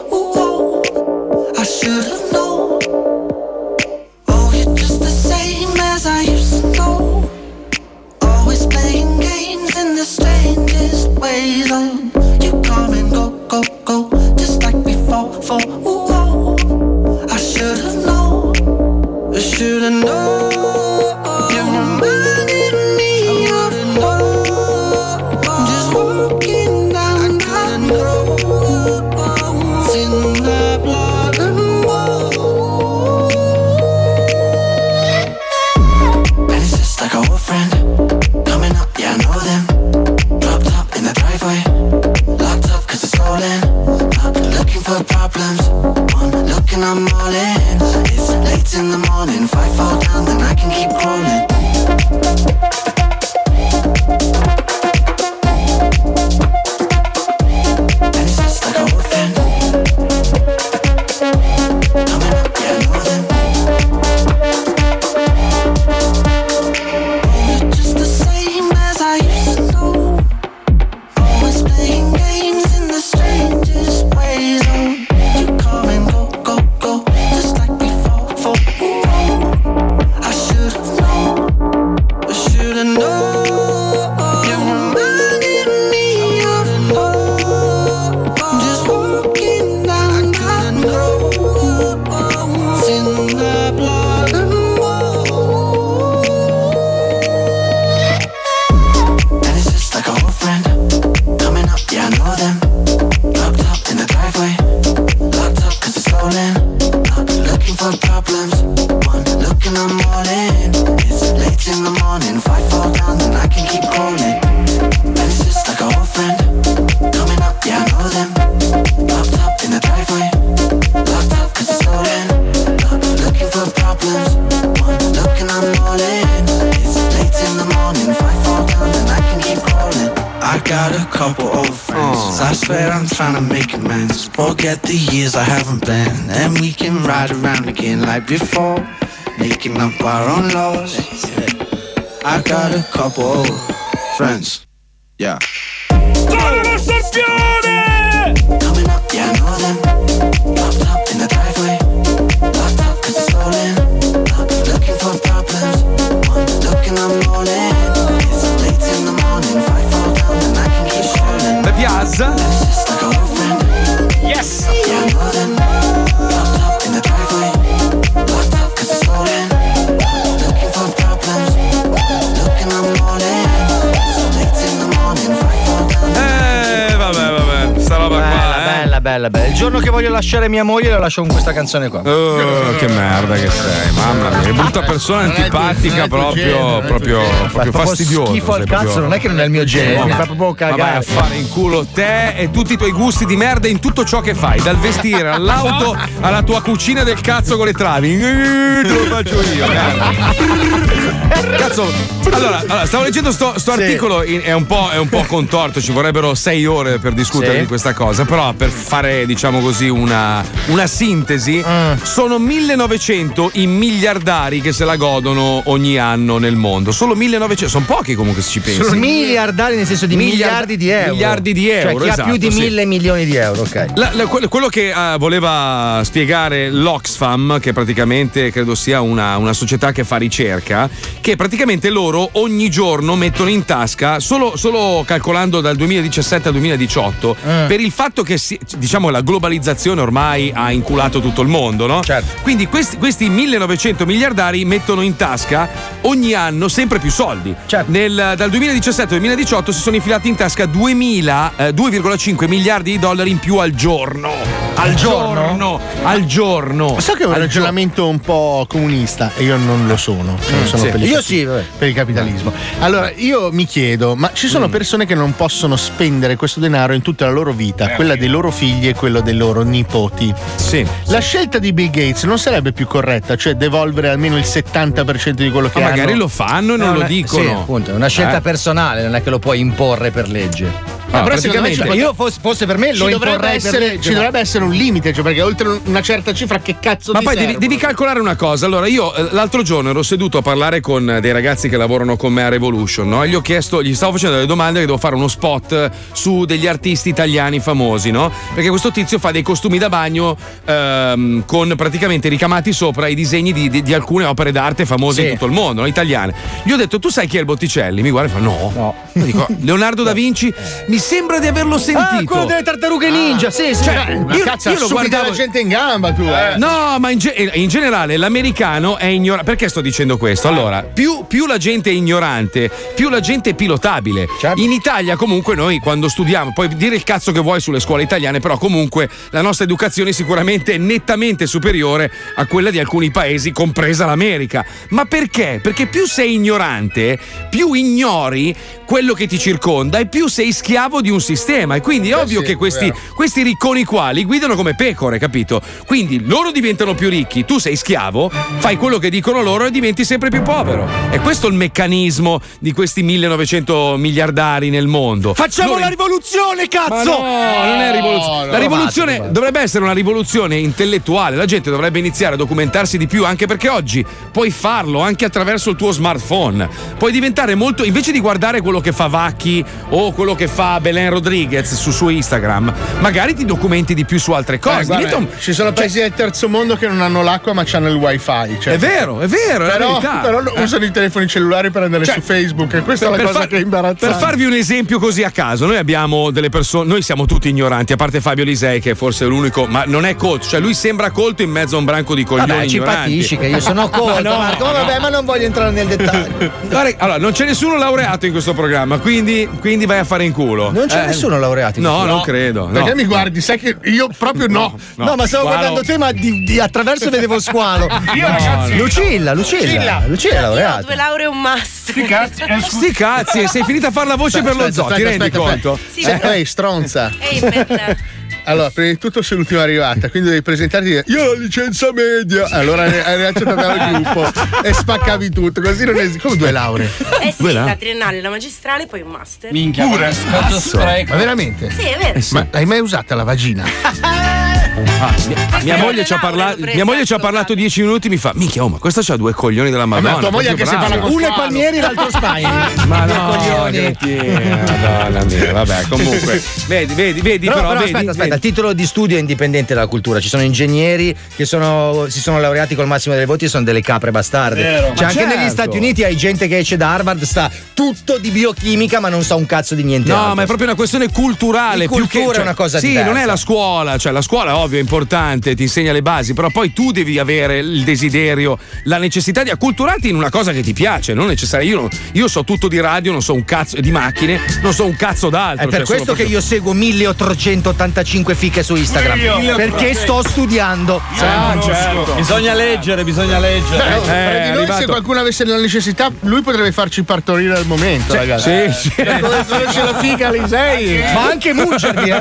I should have known. Oh, you're just the same as I used to know. Always playing games in the strangest ways. You come and go, just like before. I should have known. I should have known. You reminded me of love. I'm just walking down that road. It's in the blood and bone. And it's just like an old friend coming up, yeah, I know them. Dropped up in the driveway, locked up 'cause it's stolen. Looking for problems, one look and I'm all in. It's late in the morning, if I fall down then I can keep crawling. And it's just like an old friend coming up, yeah, I know them. Oh, you're just the same as I used to know. Always playing games in the strangest ways. You come and go, just like before. I should have known. I should have known. You reminded me of love. I'm just walking down that road. It's in the blood and bone. And it's just like an old friend coming up, yeah, I know them. Locked up in the driveway, locked up 'cause it's stolen. Looking for problems, one look and I'm all in. It's late in the morning, if I fall down then I can keep crawling. And it's just like an old friend coming up, yeah, I know them. Locked up in the driveway, locked up 'cause it's stolen. Looking for problems, one look and I'm all in. It's late in the morning, if I fall down then I can keep crawling. I got a couple old friends, I swear I'm trying to make amends. Forget the years I haven't been, and we can ride around again like before, making up our own laws. I got a couple old friends, yeah. Sono Storpione! Coming up, yeah, I know them. Locked up in the driveway, locked up 'cause it's stolen. Looking for problems, one look and I'm all in. It's late in the morning, if I fall down then I can keep falling. Le piazza? It's just like an old friend. Yes! Yeah, I know them. Locked up in the driveway, locked up 'cause it's stolen. Looking for problems, look and I'm all in. It's late in the morning, if I fall down then Vabbè, sta roba qua. Bella. Il giorno che voglio lasciare mia moglie la lascio con questa canzone qua. Che merda che sei, mamma mia, che brutta persona, antipatica, proprio fastidiosa. Schifo al cazzo, proprio. non è che non è il mio genere, mi fa proprio Ma vai cagare. a fare in culo te e tutti i tuoi gusti di merda in tutto ciò che fai, dal vestire all'auto alla tua cucina del cazzo con le travi. Te lo faccio io, cazzo. Allora, stavo leggendo sto articolo, è un po' contorto, ci vorrebbero 6 ore per discutere di questa cosa, però per fare, diciamo così, una sintesi, sono 1900 i miliardari che se la godono ogni anno nel mondo. Solo 1900, sono pochi comunque se ci pensi. Sono miliardari nel senso di miliardi di euro. Miliardi di euro, cioè chi esatto, ha più di 1.000 milioni di euro, ok. Quello che voleva spiegare l'Oxfam, che praticamente credo sia una società che fa ricerca, che praticamente loro ogni giorno mettono in tasca, solo calcolando dal 2017 al 2018, per il fatto che diciamo la globalizzazione ormai ha inculato tutto il mondo, no? Certo. Quindi questi 1900 miliardari mettono in tasca ogni anno sempre più soldi. Certo. Dal 2017 al 2018 si sono infilati in tasca 2,5 miliardi di dollari in più al giorno. Al giorno. So che è un ragionamento un po' comunista e io non lo sono. Io sì, per il capitalismo. Allora, io mi chiedo, ma ci sono persone che non possono spendere questo denaro in tutta la loro vita, quella dei loro figli e quello dei loro nipoti. Sì. La scelta di Bill Gates non sarebbe più corretta, cioè devolvere almeno il 70% di quello che ma hanno? magari lo fanno e non lo dicono. Sì, appunto, è una scelta personale, non è che lo puoi imporre per legge. Però praticamente io fosse per me lo imporrei per legge. Ci dovrebbe essere un limite, cioè perché oltre una certa cifra che cazzo ma ti poi serve? devi calcolare una cosa. Allora, io l'altro giorno ero seduto a parlare con dei ragazzi che lavorano con me a Revolution, no? E gli stavo facendo delle domande che devo fare uno spot su degli artisti italiani famosi, no? Perché questo tizio fa dei costumi da bagno con praticamente ricamati sopra i disegni di alcune opere d'arte famose in tutto il mondo, no? Italiane. Gli ho detto, tu sai chi è il Botticelli? Mi guarda e fa no. Io dico, Leonardo da Vinci? Mi sembra di averlo sentito. Quello delle tartarughe ninja, sì. Cioè, io lo guardavo la gente in gamba, tu. No, ma in generale l'americano è ignorante. Perché sto dicendo questo? Allora, più la gente è ignorante, più la gente è pilotabile. In Italia comunque noi quando studiamo, puoi dire il cazzo che vuoi sulle scuole italiane, però comunque la nostra educazione sicuramente è nettamente superiore a quella di alcuni paesi, compresa l'America. Ma perché? Perché più sei ignorante, più ignori quello che ti circonda e più sei schiavo di un sistema, e quindi è ovvio che questi ricconi qua li guidano come pecore, capito? Quindi loro diventano più ricchi, tu sei schiavo, fai quello che dicono loro e diventi sempre più povero. E questo è il meccanismo di questi 1900 miliardari nel mondo. Facciamo la rivoluzione, cazzo! Ma no, non è rivoluzione. La rivoluzione dovrebbe essere una rivoluzione intellettuale. La gente dovrebbe iniziare a documentarsi di più, anche perché oggi puoi farlo anche attraverso il tuo smartphone. Puoi diventare molto, invece di guardare quello che fa Vacchi o quello che fa Belen Rodriguez su Instagram, magari ti documenti di più su altre cose. Guarda, ci sono paesi del terzo mondo che non hanno l'acqua ma hanno il wifi. Cioè. È vero, è la verità. Però usano i telefoni cellulari per andare su Facebook, e questa è la cosa che è imbarazzante. Per farvi un esempio così a caso, noi abbiamo delle persone, noi siamo tutti ignoranti, a parte Fabio Lisei che è forse l'unico, ma non è colto, cioè lui sembra colto in mezzo a un branco di coglioni. Vabbè, ci patisci che io sono colto, Marco, vabbè, ma non voglio entrare nel dettaglio. Allora, non c'è nessuno laureato in questo programma, quindi vai a fare in culo. Non c'è nessuno laureato in No, non credo. Perché mi guardi? Sai che io proprio no. No, ma stavo guardando te, ma di attraverso vedevo Squalo. Io, ragazzi. Lucilla è laureata. 2 lauree e un master. Sti cazzi, sei finita a fare la voce per lo zoo, ti rendi conto? Sì, Ehi, stronza. Ehi, per... Allora, prima di tutto sei l'ultima arrivata, quindi devi presentarti e dire io ho la licenza media. Allora hai riaccettato al gruppo e spaccavi tutto, così non esiste. Come 2 lauree? Sì, la triennale, la magistrale, poi un master. Minchia. Pure? Ma veramente? Sì, è vero. Ma hai mai usata la vagina? Mia moglie ci ha parlato 10 minuti, mi fa minchia, ma questa c'ha 2 coglioni della Madonna. Ma tua moglie anche se parla con uno è Palmieri, l'altro Spagni. Ma no, coglioni. Madonna mia, vabbè, comunque vedi però aspetta, il titolo di studio è indipendente dalla cultura. Ci sono ingegneri che si sono laureati col massimo delle voti e sono delle capre bastarde. Cioè, anche negli Stati Uniti hai gente che esce da Harvard, sta tutto di biochimica, ma non sa un cazzo di niente. No, ma è proprio una questione culturale. Cultura più che, è una cosa diversa. diversa. Non è la scuola, cioè la scuola ovvio è importante, ti insegna le basi, però poi tu devi avere il desiderio, la necessità di acculturarti in una cosa che ti piace, non necessario. Io so tutto di radio, non so un cazzo di macchine, non so un cazzo d'altro. È per questo che io seguo 1885 fiche su Instagram, perché sto studiando. Certo. Bisogna leggere. Tra di noi, se qualcuno avesse la necessità, lui potrebbe farci partorire al momento, ragazzi. Sì. Dove ce la figa Lisei? Ma anche mungervi,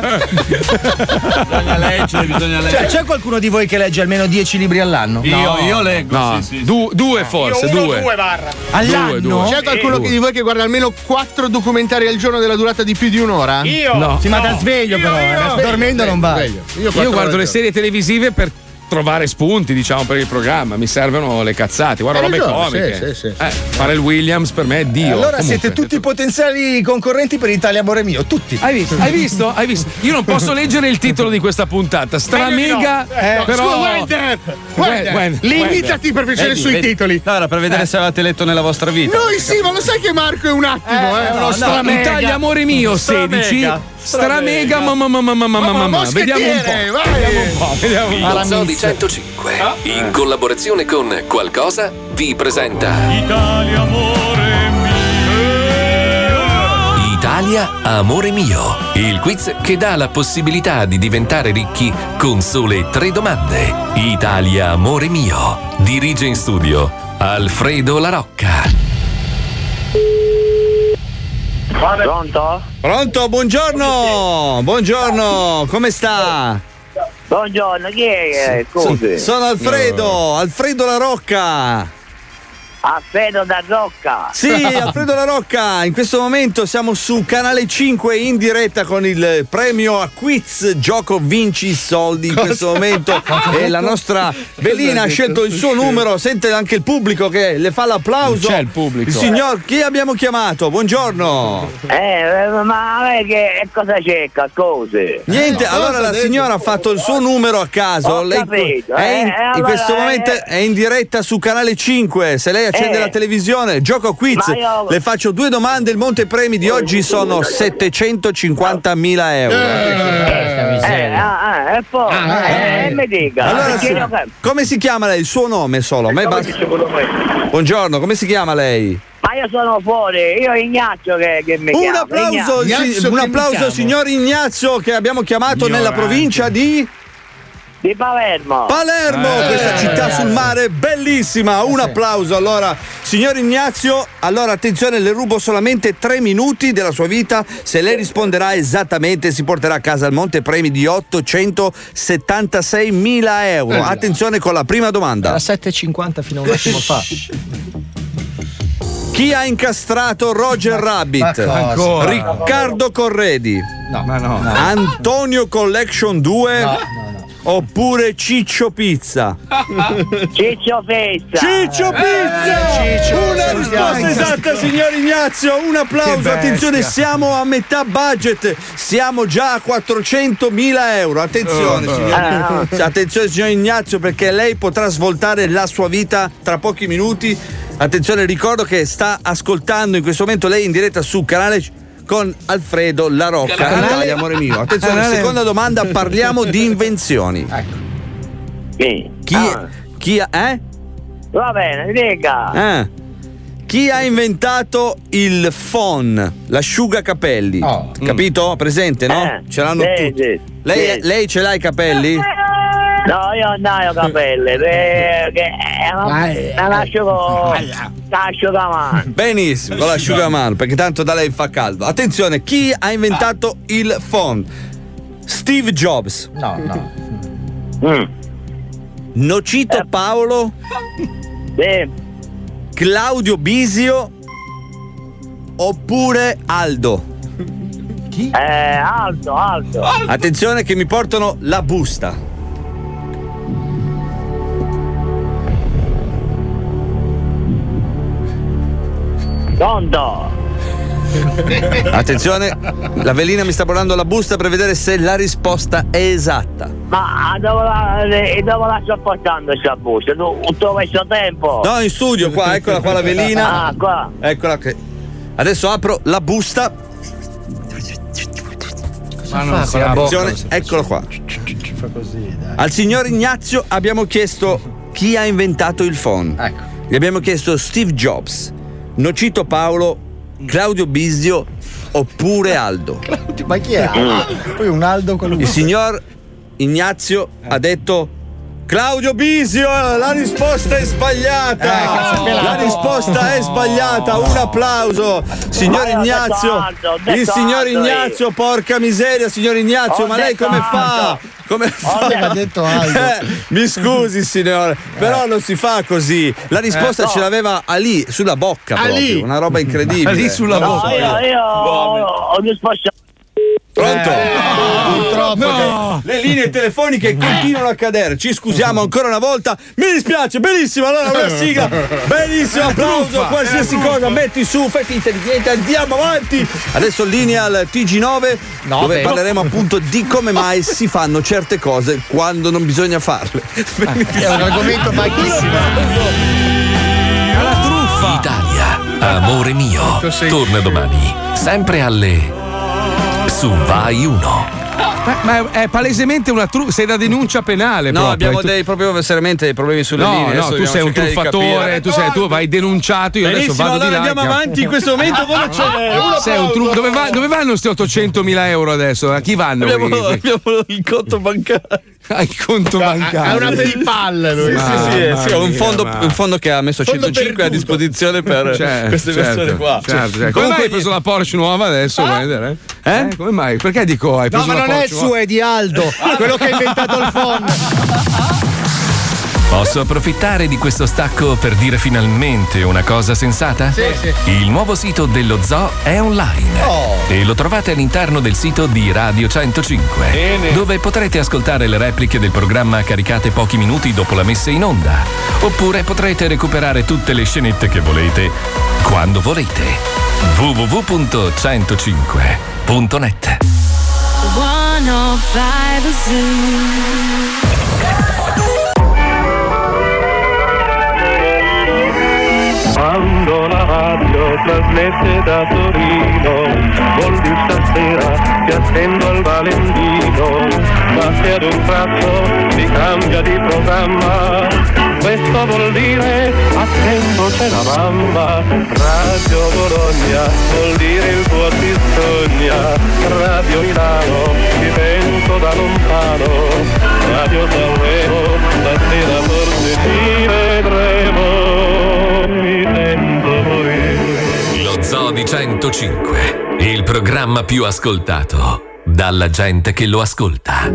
Bisogna leggere. Cioè, c'è qualcuno di voi che legge almeno 10 libri all'anno? Io leggo. No, sì. Due forse. Io 2 barra. All'anno? Due. C'è qualcuno di voi che guarda almeno 4 documentari al giorno della durata di più di un'ora? Io? No. Sì, ma da sveglio però. Dormendo non va. Io guardo le serie televisive per trovare spunti, diciamo, per il programma. Mi servono le cazzate, guarda robe comiche. Sì. Fare il Williams per me è Dio. Allora comunque. siete tutti potenziali concorrenti per Italia Amore Mio, tutti. Hai visto? Io non posso leggere il titolo di questa puntata. Stramega, però. Guarda, limitati per piacere sui titoli. No, era per vedere se avete letto nella vostra vita. Noi sì, ma lo sai che Marco è un attimo, uno stramega. Italia Amore Mio 16. Stramega, mamma. Vediamo un po'. Lo Zoo di 105, in collaborazione con Qualcosa, vi presenta Italia amore mio. Italia Amore Mio, il quiz che dà la possibilità di diventare ricchi con sole 3 domande. Italia Amore Mio. Dirige in studio Alfredo La Rocca. Pronto? Pronto, buongiorno! Buongiorno, come sta? Buongiorno, chi è? Scusi. Sono Alfredo, Alfredo La Rocca. Alfredo da Rocca. Sì, Alfredo La Rocca, in questo momento siamo su Canale 5 in diretta con il premio a quiz Gioco Vinci Soldi in questo momento e la nostra Belina ha scelto il suo numero, sente anche il pubblico che le fa l'applauso. C'è il pubblico. Il signor, chi abbiamo chiamato? Buongiorno. Ma che cosa cerca, scusi? Niente, allora la signora ha fatto il suo numero a caso. Ho Lei capito, in allora, questo momento è in diretta su Canale 5. Se lei accende la televisione, gioco quiz, le faccio 2 domande. Il montepremi di oggi sono 750.000 euro. E poi mi dica. Allora, come si chiama lei? Il suo nome solo. Buongiorno, come si chiama lei? Ma io sono fuori, io Ignazio che mi chiamo. Un applauso signor Ignazio che abbiamo chiamato nella provincia di Palermo. Questa città sul mare bellissima. Un applauso. Allora, signor Ignazio, allora attenzione, le rubo solamente 3 minuti della sua vita. Se lei risponderà esattamente si porterà a casa il montepremi di 876.000 euro. Attenzione con la prima domanda. Era 7,50 fino a un attimo fa. Chi ha incastrato Roger Rabbit? Ancora? Riccardo Corredi. No. Antonio Collection 2. Oppure Ciccio Pizza? Ciccio Pizza. Una risposta esatta, signor Ignazio. Un applauso. Attenzione, siamo a metà budget. Siamo già a 400.000 euro. Attenzione, signor Ignazio, perché lei potrà svoltare la sua vita tra pochi minuti. Attenzione, ricordo che sta ascoltando in questo momento lei in diretta su Canale con Alfredo La Rocca. Canale, amore mio. Attenzione, seconda domanda, parliamo di invenzioni. Chi ha Va bene, dica. Chi ha inventato il phon, l'asciugacapelli? Capito? Presente, no? Ce l'hanno tutti. Sì. Lei ce l'ha i capelli? No, io non ho capelli, perché l'asciugamano. Benissimo, con l'asciugamano, perché tanto da lei fa caldo. Attenzione, chi ha inventato il phone? Steve Jobs. No. Nocito Paolo. Claudio Bisio. Oppure Aldo. Chi? Aldo. Attenzione che mi portano la busta. Pronto? Attenzione, la velina mi sta portando la busta per vedere se la risposta è esatta. Ma dove la sto portando questa busta? Tutto questo tempo? No, in studio qua, eccola qua la velina. Ah, qua. Eccola che. Adesso apro la busta. Attenzione, eccola qua. Fa così, dai. Al signor Ignazio abbiamo chiesto chi ha inventato il phone. Ecco. Gli abbiamo chiesto Steve Jobs, Nocito Paolo, Claudio Bisio oppure Aldo. Ma chi è? Poi un Aldo con un... Il signor Ignazio ha detto Claudio Bisio, la risposta è sbagliata. La risposta è sbagliata. Un applauso, signor Ignazio. Il signor Ignazio, porca miseria, signor Ignazio, ma lei come fa? Come fa? Ha detto Aldo. Mi scusi, signore, però non si fa così. La risposta ce l'aveva lì sulla bocca, proprio. Una roba incredibile. Lì sulla bocca. Io ho risposto. Pronto? Purtroppo no. Le linee telefoniche continuano a cadere. Ci scusiamo ancora una volta. Mi dispiace, benissimo. Allora una sigla. Benissimo, applauso. Qualsiasi cosa metti su, fai finta di niente. Andiamo avanti. Adesso linea al TG9 dove parleremo appunto di come mai si fanno certe cose quando non bisogna farle. È un argomento vaghissimo. La truffa. Italia, amore mio. Torna domani, sempre alle su Vai 1. Ma è palesemente una truffa, sei da denuncia penale. No, proprio. abbiamo proprio seriamente dei problemi sulle linee. No, tu sei un truffatore, tu vai denunciato. Io benissimo, adesso vado allora di là. Andiamo avanti in questo momento. Cosa c'è? Sei un dove vanno questi 800.000 euro adesso? A chi vanno? Abbiamo il conto bancario. Hai conto bancario. È una PayPal lui. Sì, un fondo che ha messo 105 a disposizione per queste persone qua. Certo. Come mai hai preso la Porsche nuova adesso? Come mai? Perché dico hai preso la Porsche? No, ma non è sua, è di Aldo, quello che ha inventato il phone. Posso approfittare di questo stacco per dire finalmente una cosa sensata? Sì. Il nuovo sito dello Zoo è online e lo trovate all'interno del sito di Radio 105, dove potrete ascoltare le repliche del programma caricate pochi minuti dopo la messa in onda, oppure potrete recuperare tutte le scenette che volete quando volete. www.105.net. 105 Zoo. Quando la radio trasmette da Torino, vuol dire stasera ti attendo al Valentino, ma se ad un tratto si cambia di programma, questo vuol dire attento c'è la mamma. Radio Bologna vuol dire il tuo si sogna, Radio Milano ti sento da lontano, Radio Sanremo stasera forse ti vedremo. Lo Zoo di 105, il programma più ascoltato dalla gente che lo ascolta.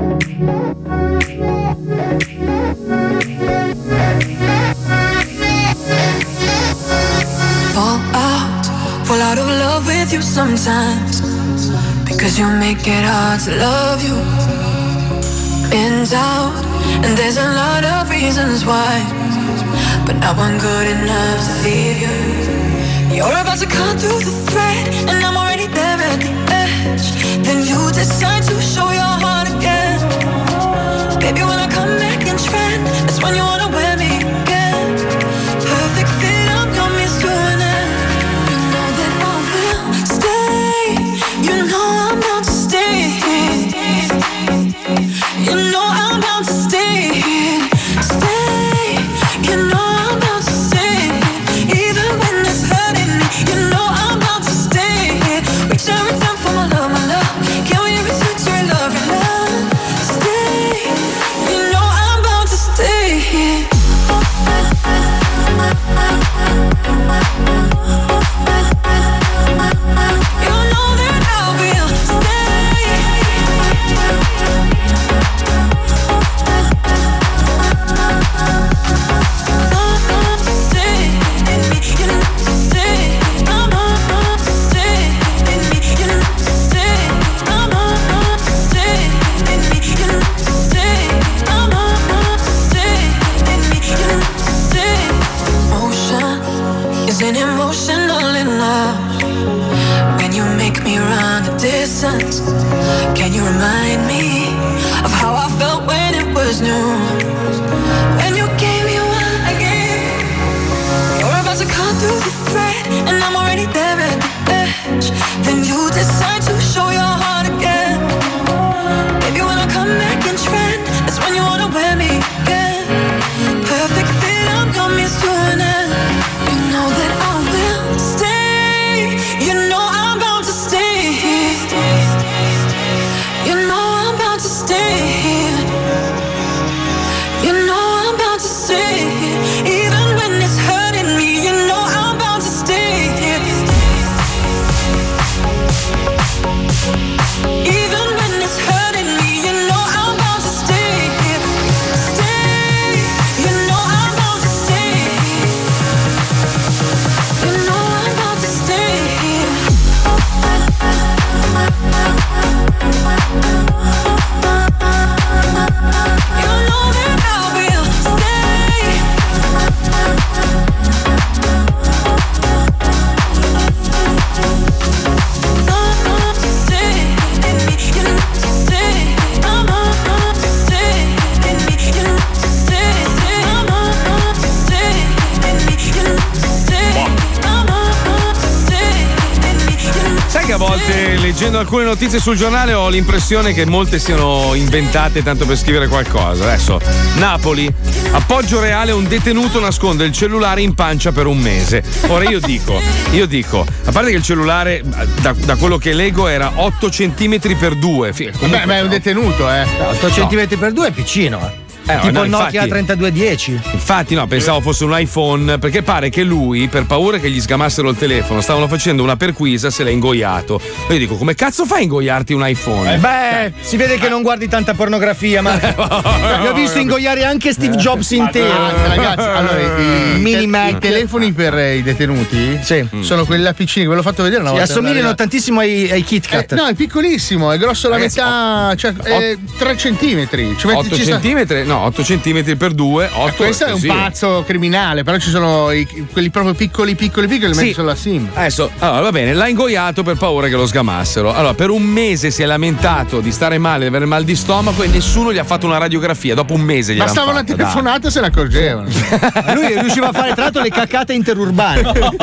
Fall out of love with you sometimes, because you make it hard to love you. In doubt, and there's a lot of reasons why, but not one good enough to leave you. You're about to cut through the thread, and I'm already there at the edge. Then you decide to show your heart again. Baby, when I come back in trend, that's when you wanna wear me again. Perfect fit, I'm your miss to an end. You know that I will stay. You know I'm bound to stay. You know I'm bound to stay. Stay. You know I'm bound to stay. Even when it's hurting me, you know I'm bound to stay. Reach every time for my love, my love. Can't wait every time to love, your love. Stay. You know I'm bound to stay. You know that I will stay. Isn't emotional enough when you make me run the distance? Can you remind me of how I felt when it was new? When you gave me what I gave. You're about to cut through the thread, and I'm already there at the edge. Then you decide to show your heart again. Baby, when I come back in trend, that's when you wanna wear me again. Perfect fit, I'm your miss to an end. You know that I will stay. You know I'm bound to stay. You know I'm bound to stay. You know I'm bound to stay. Even when it's hurting me, you know I'm bound to stay. onestamente, leggendo alcune notizie sul giornale, ho l'impressione che molte siano inventate tanto per scrivere qualcosa. Adesso, Napoli, appoggio reale, un detenuto nasconde il cellulare in pancia per un mese. Ora io dico, a parte che il cellulare, da quello che leggo, era 8 cm per 2. Beh, ma è un detenuto, 8 cm per 2 è piccino, tipo no, il Nokia infatti, 3210. Infatti no, pensavo fosse un iPhone, perché pare che lui, per paura che gli sgamassero il telefono, stavano facendo una perquisa, se l'è ingoiato. Io dico, come cazzo fai a ingoiarti un iPhone? Si vede che non guardi tanta pornografia, ma li ho visto ingoiare anche Steve Jobs intero. Ragazzi, allora i telefoni per i detenuti sono quelli là piccini, ve l'ho fatto vedere una volta. Assomigliano tantissimo ai KitKat. No, è piccolissimo, è grosso la metà, cioè 3 centimetri. 8 centimetri? No, 8 cm per 2. Questo è un pazzo criminale, però ci sono quelli proprio piccoli li metti sulla SIM. Adesso, allora va bene, l'ha ingoiato per paura che lo sgamassero. Allora, per un mese si è lamentato di stare male, di avere mal di stomaco e nessuno gli ha fatto una radiografia. Dopo un mese bastava una telefonata e se ne accorgevano. Lui riusciva a fare tra l'altro le cacate interurbane.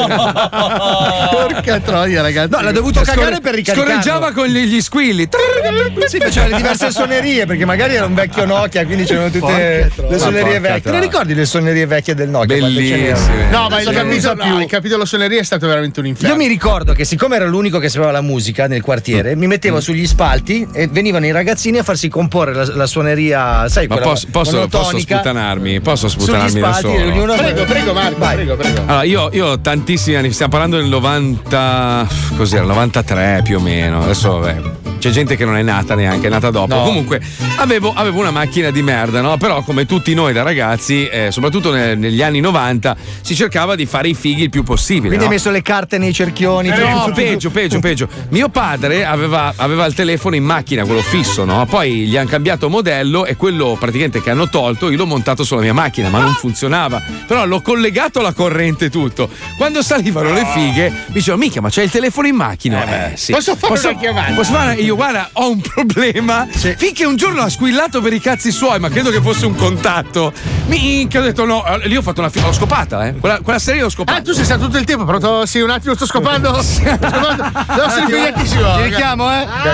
Porca troia, ragazzi. No, l'ha dovuto cagare per ricaricarlo. Scorreggiava con gli squilli. Sì, faceva le diverse suonerie, perché magari era un vecchio Nokia, quindi c'erano tutte le suonerie vecchie. Te ne ricordi le suonerie vecchie del Nokia? Bellissime. No, ma il capitolo suonerie è stato veramente un inferno. Io mi ricordo che siccome ero l'unico che sapeva la musica nel quartiere, mi mettevo sugli spalti e venivano i ragazzini a farsi comporre la suoneria, sai, ma quella posso sputtanarmi sugli spalti, prego Marco, prego. Allora, io ho tantissimi anni, stiamo parlando del 90, cos'era, 93 più o meno. Adesso c'è gente che non è nata neanche, è nata dopo. No. Comunque avevo una macchina di merda, no? Però come tutti noi da ragazzi, soprattutto negli anni 90, si cercava di fare i fighi il più possibile. Quindi hai messo le carte nei cerchioni. No, peggio. Mio padre aveva il telefono in macchina, quello fisso, no? Poi gli hanno cambiato modello e quello praticamente che hanno tolto, io l'ho montato sulla mia macchina, ma non funzionava. Però l'ho collegato alla corrente e tutto. Quando salivano le fighe, mi dicevano, mica, ma c'hai il telefono in macchina? Sì. Posso fare una chiamata? Posso fare? Io, guarda, ho un problema. Sì. Finché un giorno ha squillato per i cazzi suoi, ma credo che fosse un contatto. Minchia, ho detto no. Lì ho fatto l'ho scopata, Quella serie l'ho scopata. Tu sei stato tutto il tempo, però sì, un attimo, sto scopando. Devo essere impegnatissimo. Ti richiamo,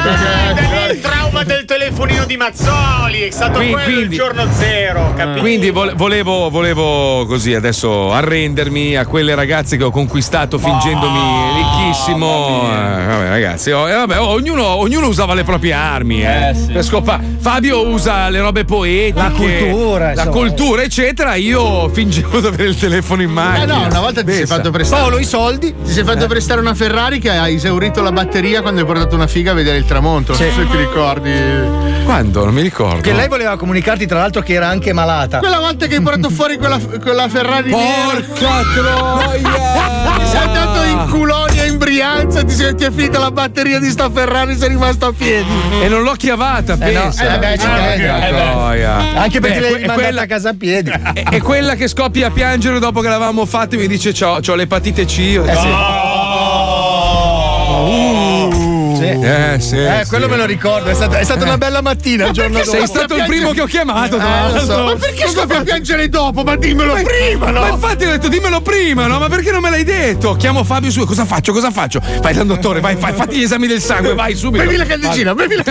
Il trauma del telefonino di Mazzoli è stato quello il giorno zero, capito? Quindi volevo così adesso arrendermi a quelle ragazze che ho conquistato fingendomi ricchissimo. Vabbè, ragazzi, ognuno usava le proprie armi, per scopare. Fabio usa le robe poetiche, la cultura, eccetera. Io fingevo di avere il telefono in macchina. No, una volta ti sei fatto prestare. Paolo, i soldi? Ti sei fatto prestare una Ferrari che ha esaurito la batteria quando hai portato una figa a vedere il tramonto. Non so se ti ricordi. Quando? Non mi ricordo. Che lei voleva comunicarti, tra l'altro, che era anche malata. Quella volta che hai portato fuori quella Ferrari. Porca troia! Sei andato in Culonia, in Brianza, ti è finita la batteria di sta Ferrari, sei rimasto a piedi. E non l'ho chiavata, pensa. Anche perché l'hai mandata a casa a piedi. È quella che scoppia a piangere dopo che l'avevamo fatta e mi dice c'ho l'epatite C. Quello me lo ricordo, è stata una bella mattina il giorno dopo. Sei stato il primo che ho chiamato, lo so. Ma perché scoppia a piangere dopo? Ma dimmelo prima, no? Ma infatti ho detto dimmelo prima, no? Ma perché non me l'hai detto? Chiamo Fabio su, cosa faccio? Vai dal dottore, vai, fatti gli esami del sangue, vai subito. Bevi la candeggina,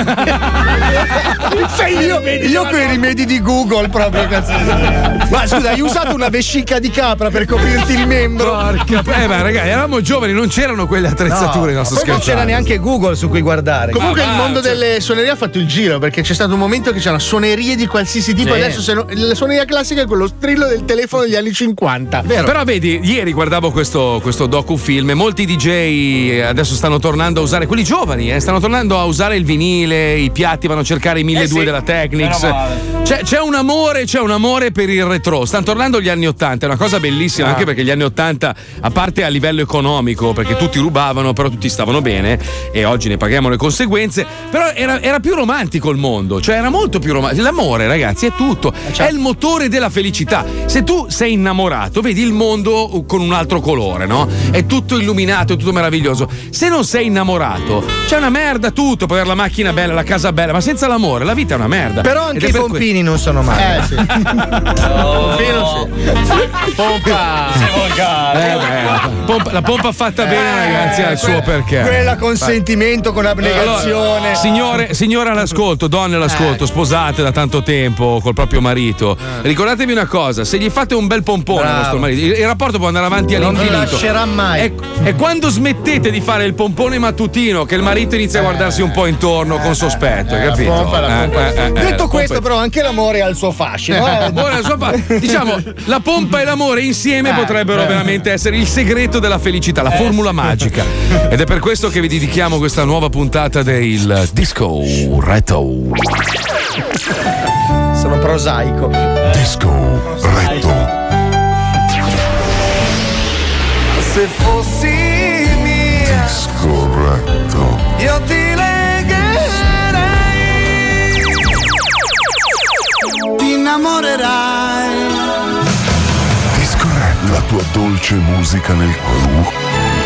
io quei rimedi di Google proprio, cazzo. Ma scusa, hai usato una vescica di capra per coprirti il membro? Porca, ma ragazzi, eravamo giovani, non c'erano quelle attrezzature, no, poi non c'era neanche Google su cui guardare. Comunque il mondo delle suonerie ha fatto il giro, perché c'è stato un momento che c'erano suonerie di qualsiasi tipo. Adesso la suoneria classica è quello strillo del telefono degli anni 50. Vero. Però vedi, ieri guardavo questo docufilm e molti DJ adesso stanno tornando a usare, quelli giovani, stanno tornando a usare il vinile, i piatti, vanno a cercare i 1200 della Technics. C'è un amore per il retro. Stanno tornando gli anni 80, è una cosa bellissima, anche perché gli anni 80, a parte a livello economico, perché tutti rubavano, però tutti stavano bene e oggi ne paghiamo le conseguenze, però era più romantico il mondo, cioè era molto più romantico. L'amore, ragazzi, è tutto, è il motore della felicità. Se tu sei innamorato, vedi il mondo con un altro colore, no? È tutto illuminato, è tutto meraviglioso. Se non sei innamorato, c'è una merda tutto, puoi avere la macchina bella, la casa bella, ma senza l'amore la vita è una merda. Però anche i pompini non sono male. Sì. Pompino sì. Pompa. Sei volgare. La pompa fatta bene, ragazzi, ha il suo perché. Quella con sentimento, con abnegazione. Allora, signore all'ascolto, donne all'ascolto, sposate da tanto tempo col proprio marito. Ricordatevi una cosa: se gli fate un bel pompone al vostro marito, il rapporto può andare avanti all'infinito. Non lascerà mai. E quando smettete di fare il pompone mattutino, che il marito inizia a guardarsi un po' intorno con sospetto, hai capito? Detto questo, però, anche l'amore ha il suo fascino. Diciamo, la pompa e l'amore insieme potrebbero veramente essere il segreto della felicità, la formula magica. Ed è per questo che vi dedichiamo questa nuova puntata del Disco Retro. Sono prosaico. Disco Retro. Se fossi mia, Disco Retro. io ti legherei, ti innamorerai. Disco Retro. La tua dolce musica nel cuore.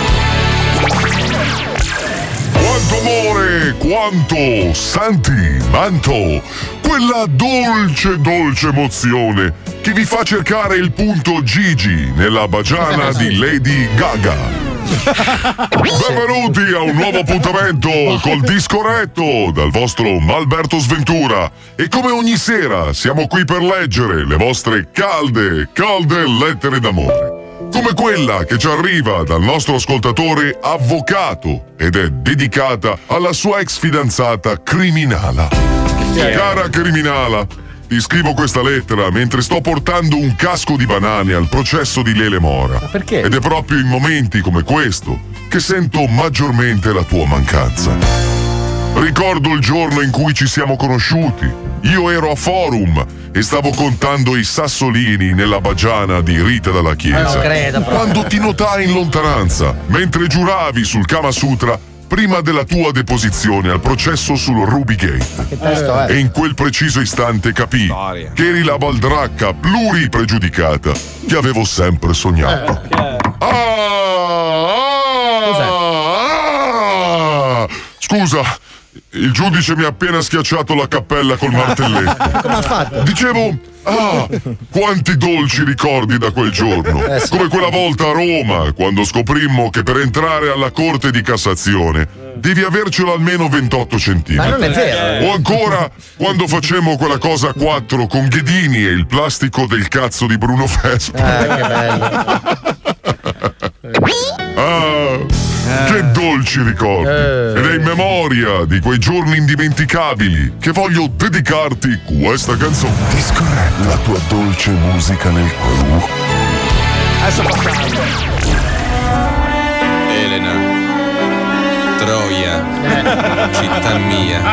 Quanto amore, quanto sentimento, quella dolce emozione che vi fa cercare il punto Gigi nella bagiana di Lady Gaga. Benvenuti a un nuovo appuntamento col Disco Retro dal vostro Malberto Sventura, e come ogni sera siamo qui per leggere le vostre calde lettere d'amore, come quella che ci arriva dal nostro ascoltatore Avvocato ed è dedicata alla sua ex fidanzata Criminala. Cara Criminala, ti scrivo questa lettera mentre sto portando un casco di banane al processo di Lele Mora. Ma perché? Ed è proprio in momenti come questo che sento maggiormente la tua mancanza. Ricordo il giorno in cui ci siamo conosciuti. Io ero a Forum e stavo contando i sassolini nella bagiana di Rita dalla Chiesa. Non credo, quando ti notai in lontananza, mentre giuravi sul Kama Sutra prima della tua deposizione al processo sul Ruby Gate. Che testo è? E in quel preciso istante capii che eri la baldracca pluripregiudicata che avevo sempre sognato. Scusa, il giudice mi ha appena schiacciato la cappella col martelletto. Come ha fatto? Dicevo, quanti dolci ricordi da quel giorno. Sì. Come quella volta a Roma, quando scoprimmo che per entrare alla Corte di Cassazione devi avercelo almeno 28 centimetri. Ma non è vero. O ancora, quando facemmo quella cosa a 4 con Ghedini e il plastico del cazzo di Bruno Vespa. Che bello. Che dolci ricordi. Ed è in memoria di quei giorni indimenticabili che voglio dedicarti questa canzone. Disco Retro, la tua dolce musica nel cuore. Adesso passiamo. Elena, Troia, città mia.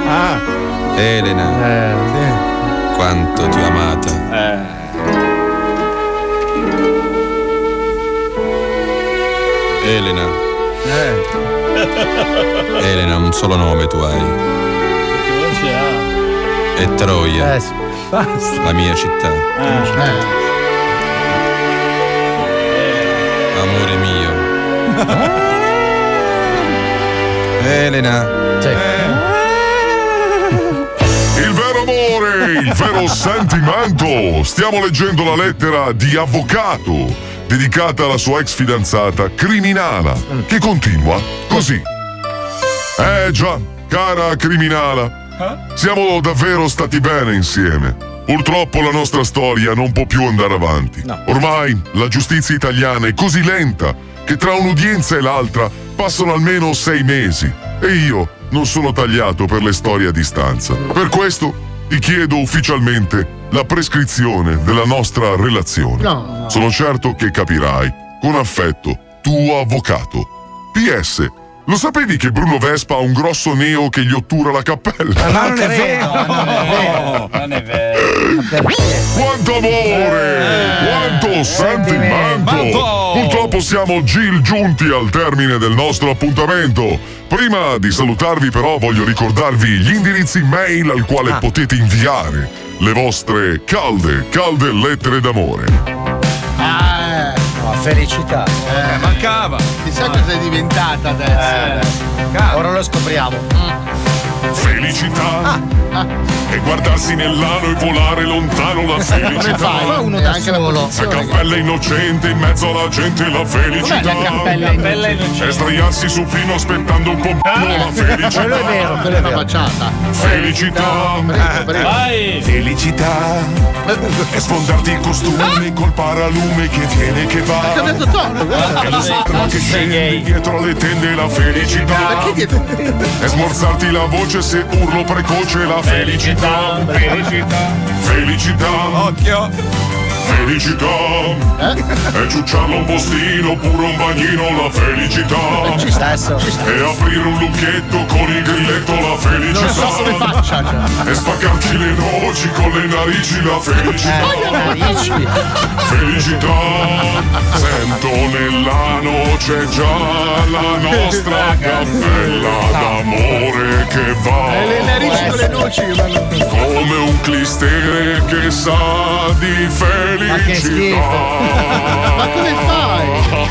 Elena, quanto ti ho amata. Elena. Elena, un solo nome tu hai. E Troia, la mia città. Amore mio. Elena. Il vero amore, il vero sentimento. Stiamo leggendo la lettera di Avvocato, dedicata alla sua ex fidanzata Criminala, che continua così. Già, cara Criminala, siamo davvero stati bene insieme. Purtroppo la nostra storia non può più andare avanti. Ormai la giustizia italiana è così lenta che tra un'udienza e l'altra passano almeno 6 mesi e io non sono tagliato per le storie a distanza. Per questo ti chiedo ufficialmente la prescrizione della nostra relazione. Sono certo che capirai. Con affetto, tuo Avvocato. PS, Lo sapevi che Bruno Vespa ha un grosso neo che gli ottura la cappella? Ma non è vero! Non è vero. Quanto amore! Quanto sentimento! Purtroppo siamo giunti al termine del nostro appuntamento. Prima di salutarvi però voglio ricordarvi gli indirizzi mail al quale potete inviare le vostre calde lettere d'amore. Felicità. Mancava. Chissà cosa è diventata adesso. Ora lo scopriamo. Felicità. E guardarsi nell'ano e volare lontano la felicità. Fa uno da solo. La cappella innocente in mezzo alla gente, la felicità. Com'è la cappella innocente? E sdraiarsi su fino aspettando un po' la felicità. Quello è vero, quella è una baciata. Felicità. Vai. Felicità. E sfondarti il costume col paralume che viene e che va. Ha cambiato tono. E lo sperma che scende dietro le tende, la felicità. Perché dietro? E smorzarti la voce se urlo precoce, la felicità. Felicità. Occhio. Felicità. E ciucciarlo un postino oppure un bagnino, la felicità. Ci sta. E aprire un lucchetto con il grilletto, la felicità. Non so come faccia. E spaccarti le noci con le narici, la felicità. Felicità. Sento nella noce già la nostra cappella d'amore che va. E le narici con le noci come un clistere che sa di felicità. Ma che schifo. Ma come fai?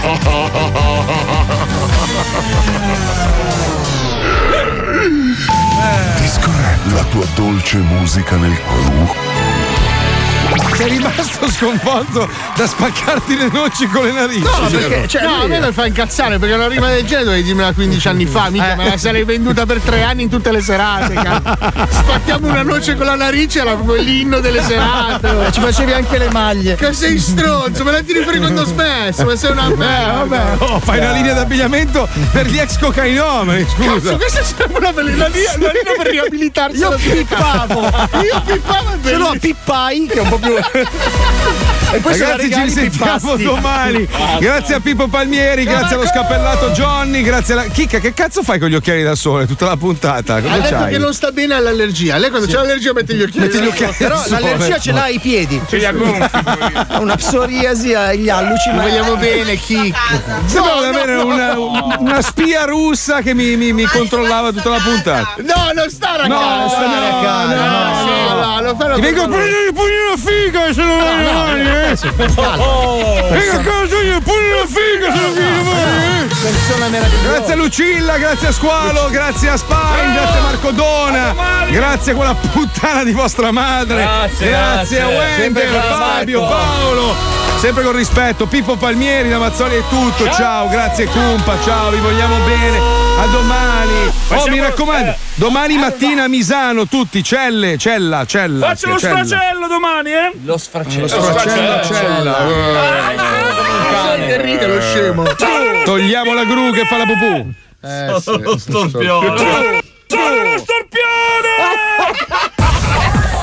Ti scorre la tua dolce musica nel cuore. Sei rimasto sconvolto da spaccarti le noci con le narici. No, perché a me lo fa incazzare perché una rima del genere dovevi dirmela 15 anni fa, mica me la sarei venduta per 3 anni in tutte le serate. Spacchiamo una noce con la narice, era proprio l'inno delle serate. Ci facevi anche le maglie. Che sei stronzo, me la tiri fuori quando ho smesso, ma sei una merda. Vabbè. Fai una linea d'abbigliamento per gli ex cocainomani, scusa. Cazzo, questa sembra una linea per riabilitarsi. Io pippavo e se lo pippai, che è un po' più. E poi ragazzi, ci risentiamo domani. Grazie a Pippo Palmieri, grazie allo scappellato Johnny, grazie alla Chicca. Che cazzo fai con gli occhiali da sole tutta la puntata? Cosa ha detto c'hai? che non sta bene all'allergia. Lei quando c'è l'allergia mette gli occhiali. Però l'allergia ce l'ha ai piedi. Ce li ha gonfi. Ha una psoriasi agli alluci. Lo vogliamo bene, Chicca. Sembrava di avere una spia russa che mi controllava tutta la puntata. No, non sta ragazzi. Ti vengo a prendere il pugnino figa se non vai domani, Venga a casa io pugno la figa se non vieni domani. Grazie a Lucilla, grazie a Squalo, grazie a Spine, grazie a Marco Dona, grazie a quella puttana di vostra madre. Grazie a Wender, Fabio, Paolo. Sempre con rispetto, Pippo Palmieri, da Mazzoli è tutto. Ciao, grazie Cumpa, ciao, vi vogliamo bene. A domani. Mi raccomando, domani mattina a Misano, tutti, cella. Faccio lo sfracello domani, Lo sfracello. Cella. Che ride lo scemo. Togliamo la gru che fa la pupù. Lo storpione.